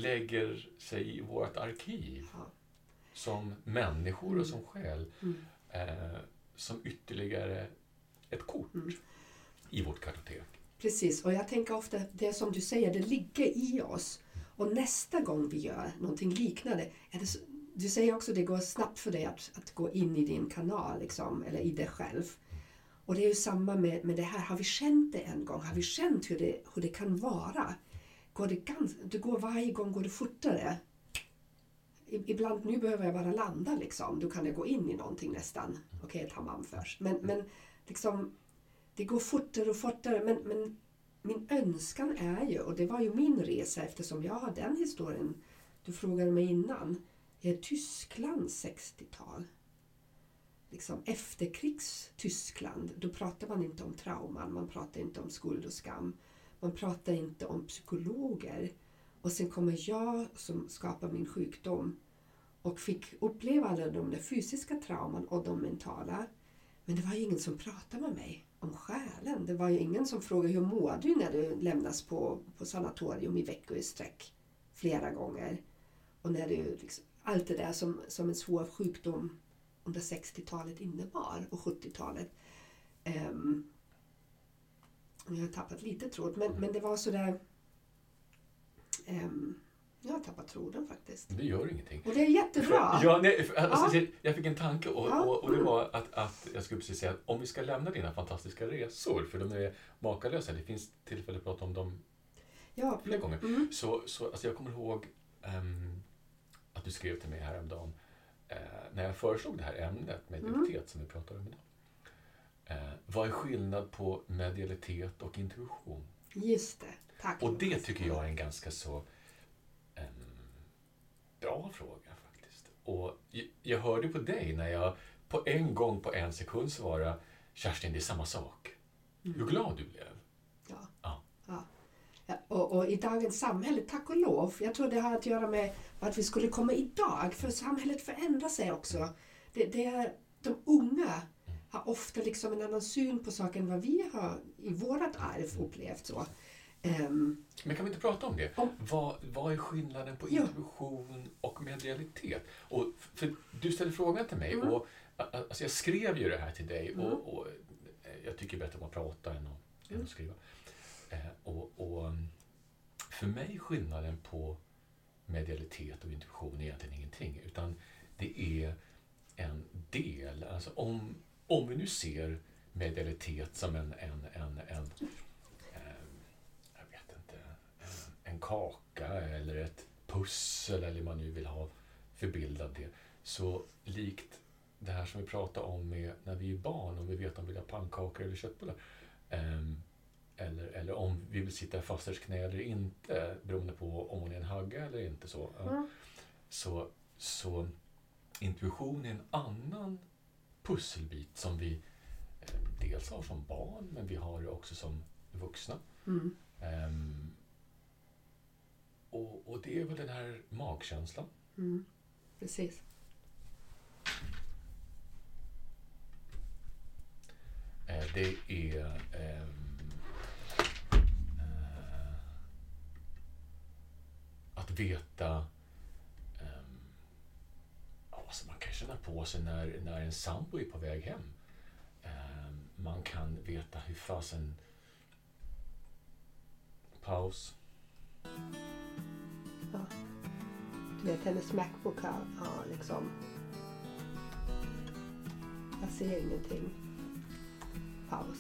lägger sig i vårt arkiv som människor och som själ. som ytterligare ett kort i vårt kartotek. Precis, och jag tänker ofta det som du säger, det ligger i oss. Och nästa gång vi gör någonting liknande, du säger också att det går snabbt för dig att gå in i din kanal liksom, eller i dig själv. Och det är ju samma med det här, har vi känt det en gång? Har vi känt hur det kan vara? Det går varje gång går det fortare. Ibland nu behöver jag bara landa liksom. Då kan jag gå in i någonting nästan. Okej, tamam först. Men liksom, det går fortare och fortare. Men min önskan är ju, och det var ju min resa eftersom jag har den historien du frågade mig innan. Är Tysklands 60-tal. Liksom efterkrigs Tyskland. Då pratar man inte om trauman. Man pratar inte om skuld och skam. Man pratar inte om psykologer. Och sen kommer jag som skapar min sjukdom och fick uppleva alla de där fysiska trauman och de mentala. Men det var ju ingen som pratade med mig om själen. Det var ju ingen som frågade hur mår du när du lämnas på sanatorium i veckor i sträck flera gånger. Och när du liksom, allt det där som en svår sjukdom under 60-talet innebar och 70-talet. Jag har tappat lite tråd, men det var sådär. Jag har tappat tråden faktiskt. Det gör ingenting. Och det är jättebra. Jag fick en tanke och det var att jag skulle precis säga att om vi ska lämna dina fantastiska resor, för de är makalösa, det finns tillfälle att prata om dem flera gånger. Så alltså jag kommer ihåg att du skrev till mig häromdagen när jag föreslog det här ämnet medialitet som vi pratar om idag. Vad är skillnad på medialitet och intuition? Just det, tack. Och det tycker jag är en ganska så bra fråga faktiskt. Och jag hörde på dig när jag på en gång på en sekund svarade Kerstin, det är samma sak. Hur glad du blev. Ja. Och i dagens samhälle, tack och lov, jag tror det har att göra med att vi skulle komma idag, för samhället förändrar sig också. Det är de unga har ofta liksom en annan syn på saken än vad vi har i vårat arv upplevt så. Men kan vi inte prata om det? Vad är skillnaden på intuition och medialitet? Och för du ställde frågan till mig och alltså jag skrev ju det här till dig och jag tycker bättre om att prata än att skriva. Och för mig skillnaden på medialitet och intuition är egentligen ingenting, utan det är en del, alltså om vi nu ser medialitet som en kaka eller ett pussel eller man nu vill ha för bild av det, så likt det här som vi pratar om med när vi är barn, om vi vet om vi vill ha pannkakor eller köttbullar eller om vi vill sitta i fasters knä eller inte, beroende på om hon är en hagga eller inte så intuition är en annan pusselbit som vi dels har som barn, men vi har det också som vuxna. Och det är väl den här magkänslan. Precis. Det är att veta alltså man kan känna på sig när en sambo är på väg hem. Man kan veta hur fasen paus. Ja. Du vet, hennes Macbook har liksom. Jag ser ingenting. Paus.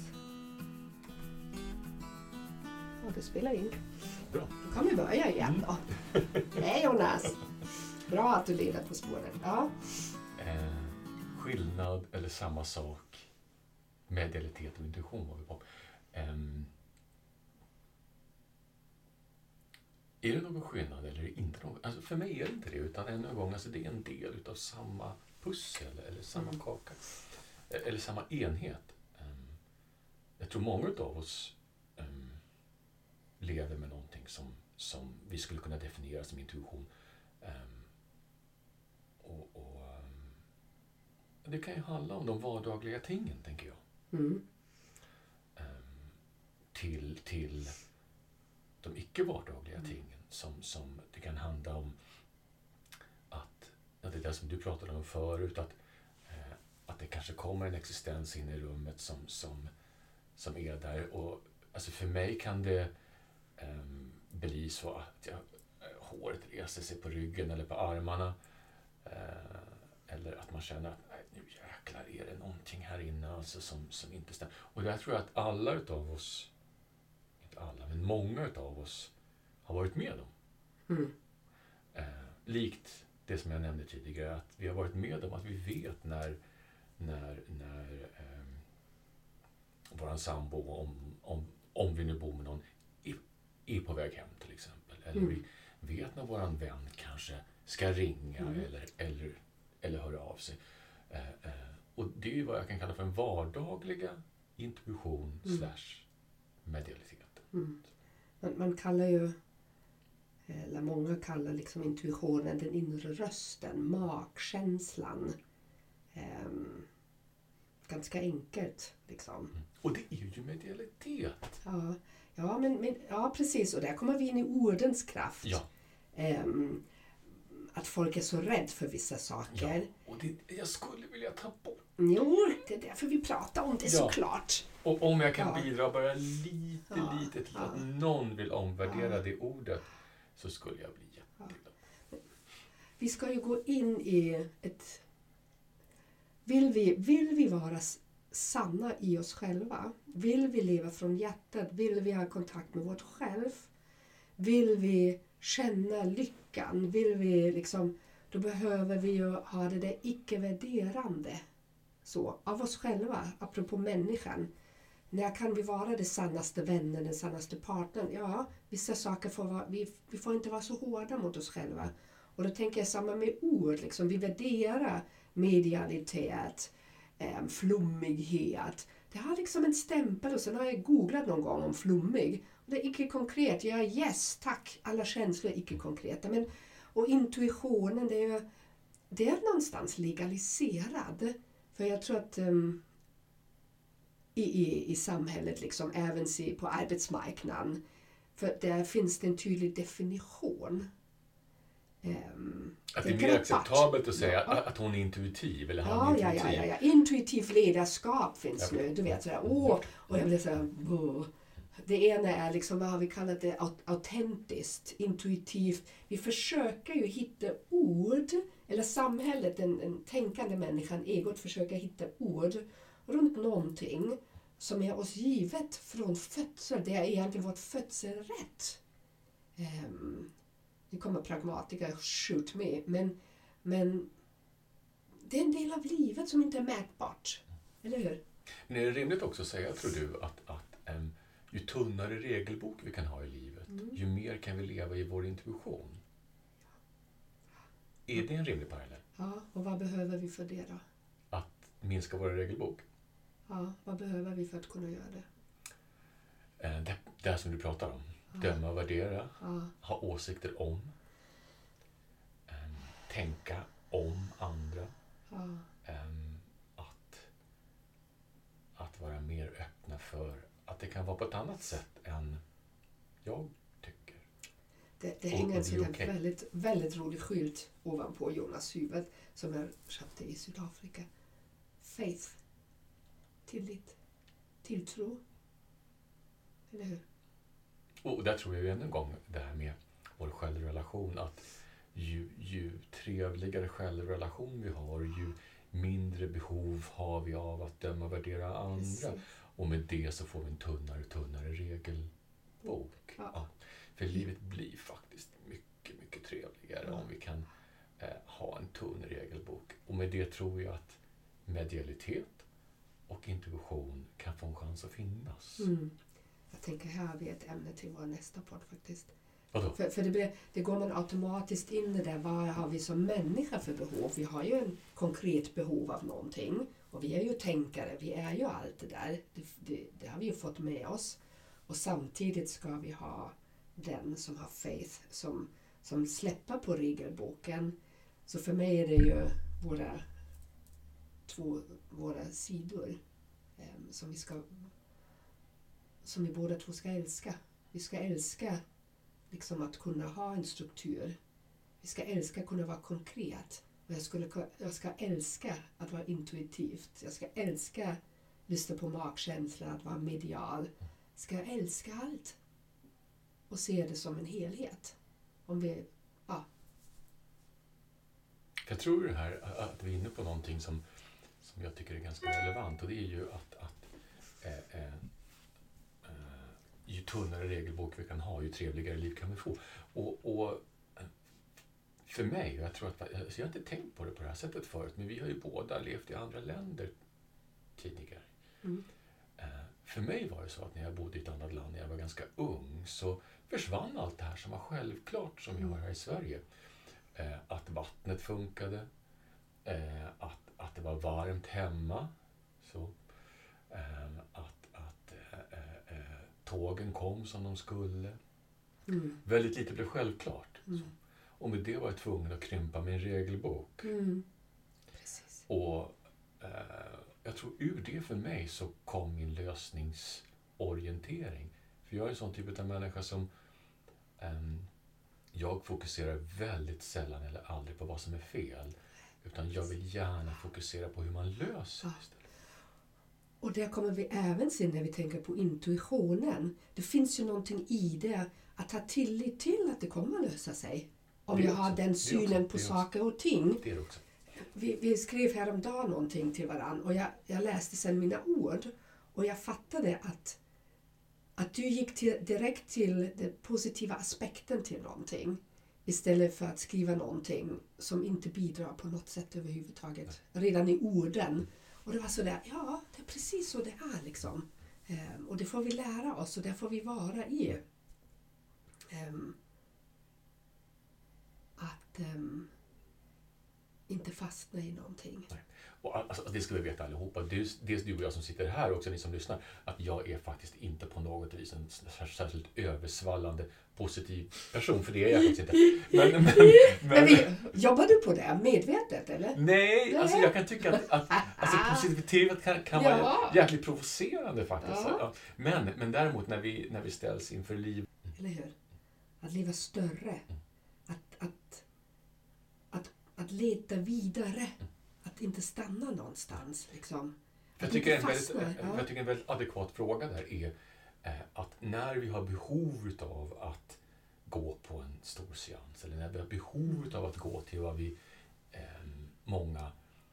Och det spelar in. Bra. Då kan vi börja igen då. Nej Jonas. Bra att du leder på spåren. Ja. Skillnad eller samma sak. Medialitet och intuition var vi på. Är det någon skillnad eller inte någon? Alltså för mig är det inte det, utan ännu en gång, alltså det är en del utav samma pussel eller samma kaka. Eller samma enhet. Jag tror många av oss lever med någonting som vi skulle kunna definiera som intuition. Det kan ju handla om de vardagliga tingen, tänker jag. Till de icke-vardagliga tingen som det kan handla om att det är det som du pratade om förut, att att det kanske kommer en existens in i rummet som är där. Och alltså för mig kan det bli så att håret reser sig på ryggen eller på armarna. Eller att man känner att nu jäklar är det någonting här inne alltså som inte stämmer. Och där tror jag att alla utav oss, inte alla, men många utav oss har varit med om. Likt det som jag nämnde tidigare, att vi har varit med om att vi vet när våran sambo, om vi nu bor med någon, är på väg hem till exempel. Eller vi vet när våran vän kanske ska ringa eller höra av sig. Och det är ju vad jag kan kalla för en vardagliga intuition / medialitet. Man kallar ju, eller många kallar liksom intuitionen den inre rösten, magkänslan. Ganska enkelt liksom. Och det är ju medialitet. Ja, men precis. Och där kommer vi in i ordens kraft. Ja. Att folk är så rädd för vissa saker. Ja, och jag skulle vilja ta bort. Jo, det är därför vi pratar om det såklart. Och om jag kan bidra bara lite till att någon vill omvärdera det ordet, så skulle jag bli jätteglad. Vi ska ju gå in i ett... Vill vi vara sanna i oss själva? Vill vi leva från hjärtat? Vill vi ha kontakt med vårt själv? Vill vi känna lyckan? Vill vi liksom... Då behöver vi ju ha det där icke-värderande så, av oss själva, apropå människan. När kan vi vara det sannaste vännen, den sannaste partnern? Ja, vissa saker vi får inte vara så hårda mot oss själva. Och då tänker jag samma med ord. Liksom, vi värderar medialitet, flummighet. Det har liksom en stämpel och sen har jag googlat någon gång om flummig. Och det är icke-konkret. Ja, yes, tack. Alla känslor är icke-konkreta. Och intuitionen, det är någonstans legaliserad. För jag tror att i samhället, liksom, även på arbetsmarknaden, för där finns det en tydlig definition. Att det är mer acceptabelt att säga att hon är intuitiv eller han är intuitiv. Ja. Intuitivt ledarskap finns nu. Du vet sådär, och jag blir såhär, det ena är liksom, vad har vi kallat det, autentiskt, intuitivt. Vi försöker ju hitta ord, eller samhället, den tänkande människan, egot försöker hitta ord runt någonting som är oss givet från födsel. Det är egentligen vårt födselrätt. Nu kommer pragmatiker, shoot me. Men det är en del av livet som inte är mätbart. Eller hur? Men är det rimligt också att säga, tror du, att ju tunnare regelbok vi kan ha i livet, ju mer kan vi leva i vår intuition? Är det en rimlig parallell? Ja, och vad behöver vi för det då? Att minska våra regelbok? Ja, vad behöver vi för att kunna göra det? Det här som du pratar om. Döma och värdera. Ha åsikter om. Tänka om andra. Att vara mer öppna för att det kan vara på ett annat sätt än jag tycker. Det hänger en sån här väldigt, väldigt rolig skylt ovanpå Jonas huvud som jag köpte i Sydafrika. Faith. Tillit. Tilltro. Eller hur? Och där tror jag ju ännu en gång det här med vår självrelation, att ju trevligare självrelation vi har, ju mindre behov har vi av att döma och värdera andra. Precis. Och med det så får vi en tunnare regelbok. Ja. För livet blir faktiskt mycket, mycket trevligare om vi kan ha en tunn regelbok. Och med det tror jag att medialitet och intuition kan få en chans att finnas. Jag tänker här har vi ett ämne till vår nästa podd faktiskt. Vadå? För det går man automatiskt in i det. Vad har vi som människa för behov? Vi har ju en konkret behov av någonting. Och vi är ju tänkare. Vi är ju allt det där. Det har vi ju fått med oss. Och samtidigt ska vi ha den som har faith. Som släpper på regelboken. Så för mig är det ju våra sidor. Som vi båda två ska älska. Vi ska älska liksom att kunna ha en struktur. Vi ska älska att kunna vara konkret. Jag ska älska att vara intuitivt. Jag ska älska lyssna på magkänslan, att vara medial. Ska jag älska allt och se det som en helhet. Om vi, ja. Jag tror det här att vi är inne på någonting som jag tycker är ganska relevant, och det är ju att ju tunnare regelbok vi kan ha, ju trevligare liv kan vi få. Och för mig, jag tror att alltså jag har inte tänkt på det här sättet förut, men vi har ju båda levt i andra länder tidigare. För mig var det så att när jag bodde i ett annat land när jag var ganska ung, så försvann allt det här som var självklart som vi har här i Sverige. Att vattnet funkade, att det var varmt hemma, så att tågen kom som de skulle. Väldigt lite blev självklart. Och med det var jag tvungen att krympa min regelbok. Precis. Och jag tror ur det för mig så kom min lösningsorientering. För jag är en sån typ av människa som jag fokuserar väldigt sällan eller aldrig på vad som är fel. Utan jag vill gärna fokusera på hur man löser istället. Och där kommer vi även se när vi tänker på intuitionen. Det finns ju någonting i det att ha tillit till att det kommer att lösa sig. Om jag har den synen på saker och ting. Det är det också. Vi skrev häromdagen någonting till varandra och jag läste sen mina ord. Och jag fattade att du gick direkt till den positiva aspekten till någonting. Istället för att skriva någonting som inte bidrar på något sätt överhuvudtaget. Redan i orden. Och det var sådär, ja, det är precis så det är liksom. Och det får vi lära oss och det får vi vara i. Att inte fastna i någonting. Nej. Och alltså, det ska vi veta allihopa. Dels du och jag som sitter här och också ni som lyssnar. Att jag är faktiskt inte på något vis en särskilt översvallande positiv person. För det är jag faktiskt inte. Men jobbar du på det medvetet eller? Nej, alltså jag kan tycka att alltså, positivitet kan vara jäkligt provocerande faktiskt. Ja. Men däremot när vi ställs inför liv. Eller hur? Att leva större. Att leta vidare. Att inte stanna någonstans. Liksom. Jag tycker en väldigt adekvat fråga där är att när vi har behov av att gå på en stor seans eller när vi har behov av att gå till vad vi många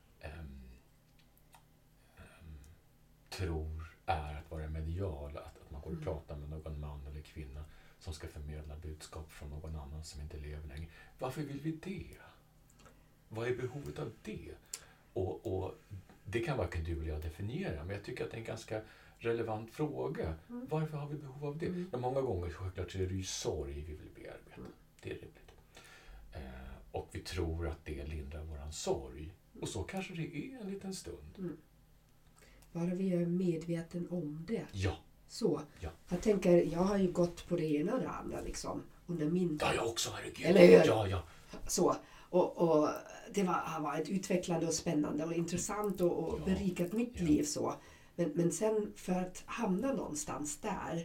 tror är att vara medial, att man går och pratar med någon man eller kvinna som ska förmedla budskap från någon annan som inte lever längre. Varför vill vi det? Vad är behovet av det? Och det kan varken du eller jag definiera, men jag tycker att det är en ganska relevant fråga. Varför har vi behov av det? Men många gånger självklart så är det ju sorg vi vill bearbeta. Det är rimligt. Och vi tror att det lindrar våran sorg. Och så kanske det är en liten stund. Bara vi är medveten om det. Ja. Så. Ja. Jag tänker, jag har ju gått på det ena och det andra liksom. Under min tid. Ja, jag också, herregud. Eller hur? Ja. Så. Och det har varit utvecklande och spännande och intressant och berikat mitt liv så. Men sen för att hamna någonstans där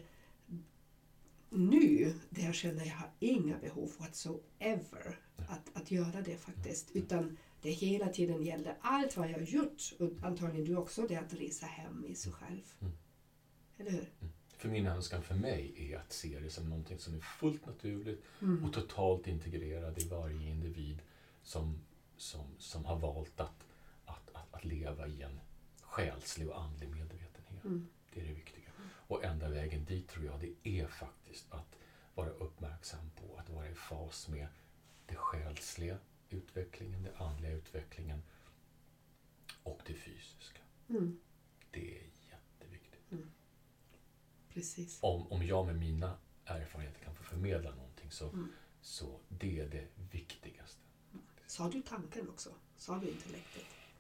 nu, där känner jag har inga behov whatsoever att göra det faktiskt. Utan det hela tiden gällde allt vad jag har gjort och antagligen du också, det är att resa hem i sig själv. Eller hur? För min önskan för mig är att se det som någonting som är fullt naturligt och totalt integrerad i varje individ som har valt att leva i en själslig och andlig medvetenhet. Det är det viktiga. Och enda vägen dit tror jag det är faktiskt att vara uppmärksam på att vara i fas med det själsliga utvecklingen, det andliga utvecklingen och det fysiska. Det är jätteviktigt. Precis. Om jag med mina erfarenheter kan få förmedla någonting så det är det viktigaste. Sa du tanken också? Sa du intellektet?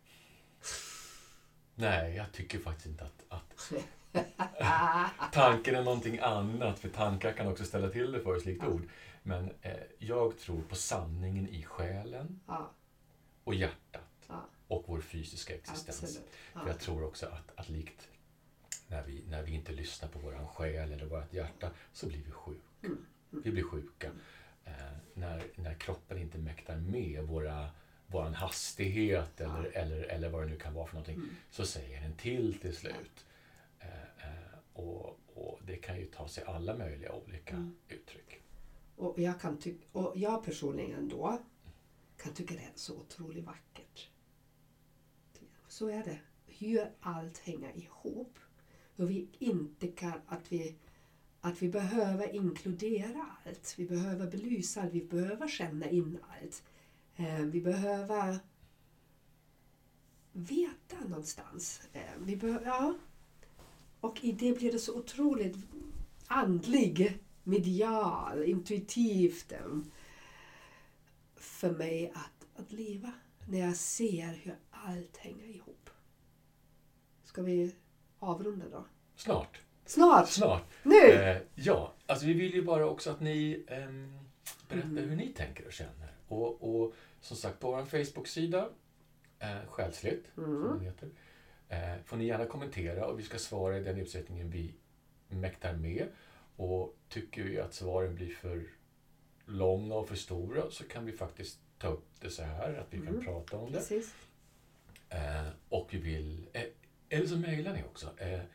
Nej, jag tycker faktiskt inte att tanken är någonting annat. För tankar kan också ställa till det för oss likt ord. Men jag tror på sanningen i själen och hjärtat och vår fysiska existens. För jag tror också att likt när vi inte lyssnar på våran själ eller vårt hjärta så blir vi sjuka. Vi blir sjuka. När kroppen inte mäktar med våran hastighet eller vad det nu kan vara för någonting, så säger den till slut. Och det kan ju ta sig alla möjliga olika uttryck. Och jag personligen då kan tycka det är så otroligt vackert. Så är det. Hur allt hänger ihop. Och vi inte kan, att vi behöver inkludera allt. Vi behöver belysa allt. Vi behöver känna in allt. Vi behöver veta någonstans. Och i det blir det så otroligt andlig, medial, intuitivt för mig att leva. När jag ser hur allt hänger ihop. Ska vi avrunda då? Snart. Nu! Ja, alltså vi vill ju bara också att ni berättar hur ni tänker och känner. Och som sagt, på vår Facebook-sida, Själsligt, som den heter, får ni gärna kommentera och vi ska svara i den utsättningen vi mäktar med. Och tycker vi att svaren blir för långa och för stora, så kan vi faktiskt ta upp det så här, att vi kan prata om Precis. det. Och vi vill, eller så mejlar ni också.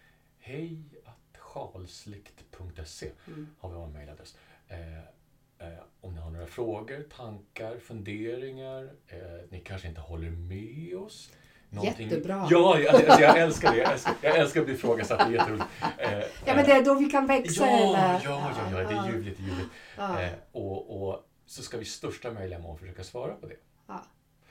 hej@sjalsligt.se har vi vår mejladress. Om ni har några frågor, tankar, funderingar, ni kanske inte håller med oss. Jättebra. Ja, jag älskar det. Jag älskar att bli ifrågasatt. Det är jätteroligt. Ja, men det är då vi kan växa. Ja, det är ljuvligt. Och så ska vi största möjliga mån försöka svara på det. Ja.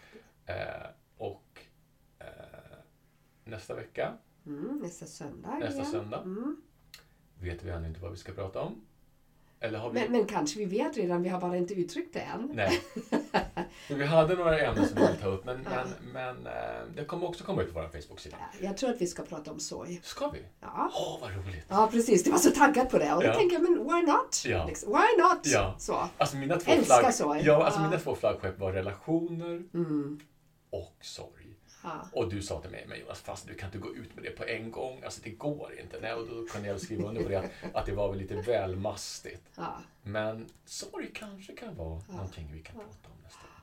Och nästa vecka. Nästa söndag. Vet vi ännu inte vad vi ska prata om. Eller har vi... men kanske vi vet redan, vi har bara inte uttryckt det än. Nej. Vi hade några ämnen som vi vill ta upp, men det kommer också komma ut på vår Facebook-sida. Jag tror att vi ska prata om sorg. Ska vi? Ja. Vad roligt. Ja, precis. Du var så taggad på det. Och då tänker jag, men why not? Ja. Liksom, why not? Ja. Så. Alltså mina två flaggskepp var relationer och sorg. Ja. Och du sa till mig, men Jonas, fast du kan inte gå ut med det på en gång. Alltså det går inte. Nej, och då kan jag skriva under på det att det var väl lite väl mastigt. Ja. Men sorg kanske kan vara någonting vi kan prata om nästa gång.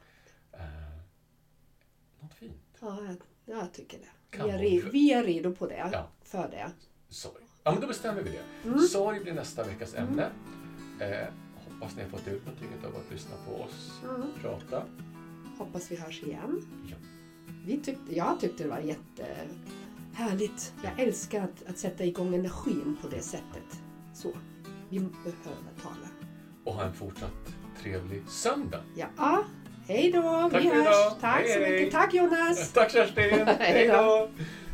Något fint. Ja, jag tycker det. Kan Vi är redo på det. Ja. För det. Sorg. Ja, men då bestämmer vi det. Sorg blir nästa veckas ämne. Hoppas ni har fått ut någonting av att lyssna på oss prata. Hoppas vi hörs igen. Ja. Jag tyckte det var jättehärligt. Jag älskar att sätta igång energin på det sättet. Så, vi behöver tala. Och ha en fortsatt trevlig söndag. Ja, hej då. Tack vi för hörs. idag. Tack så mycket. Tack Jonas. Tack Kerstin. Hej då.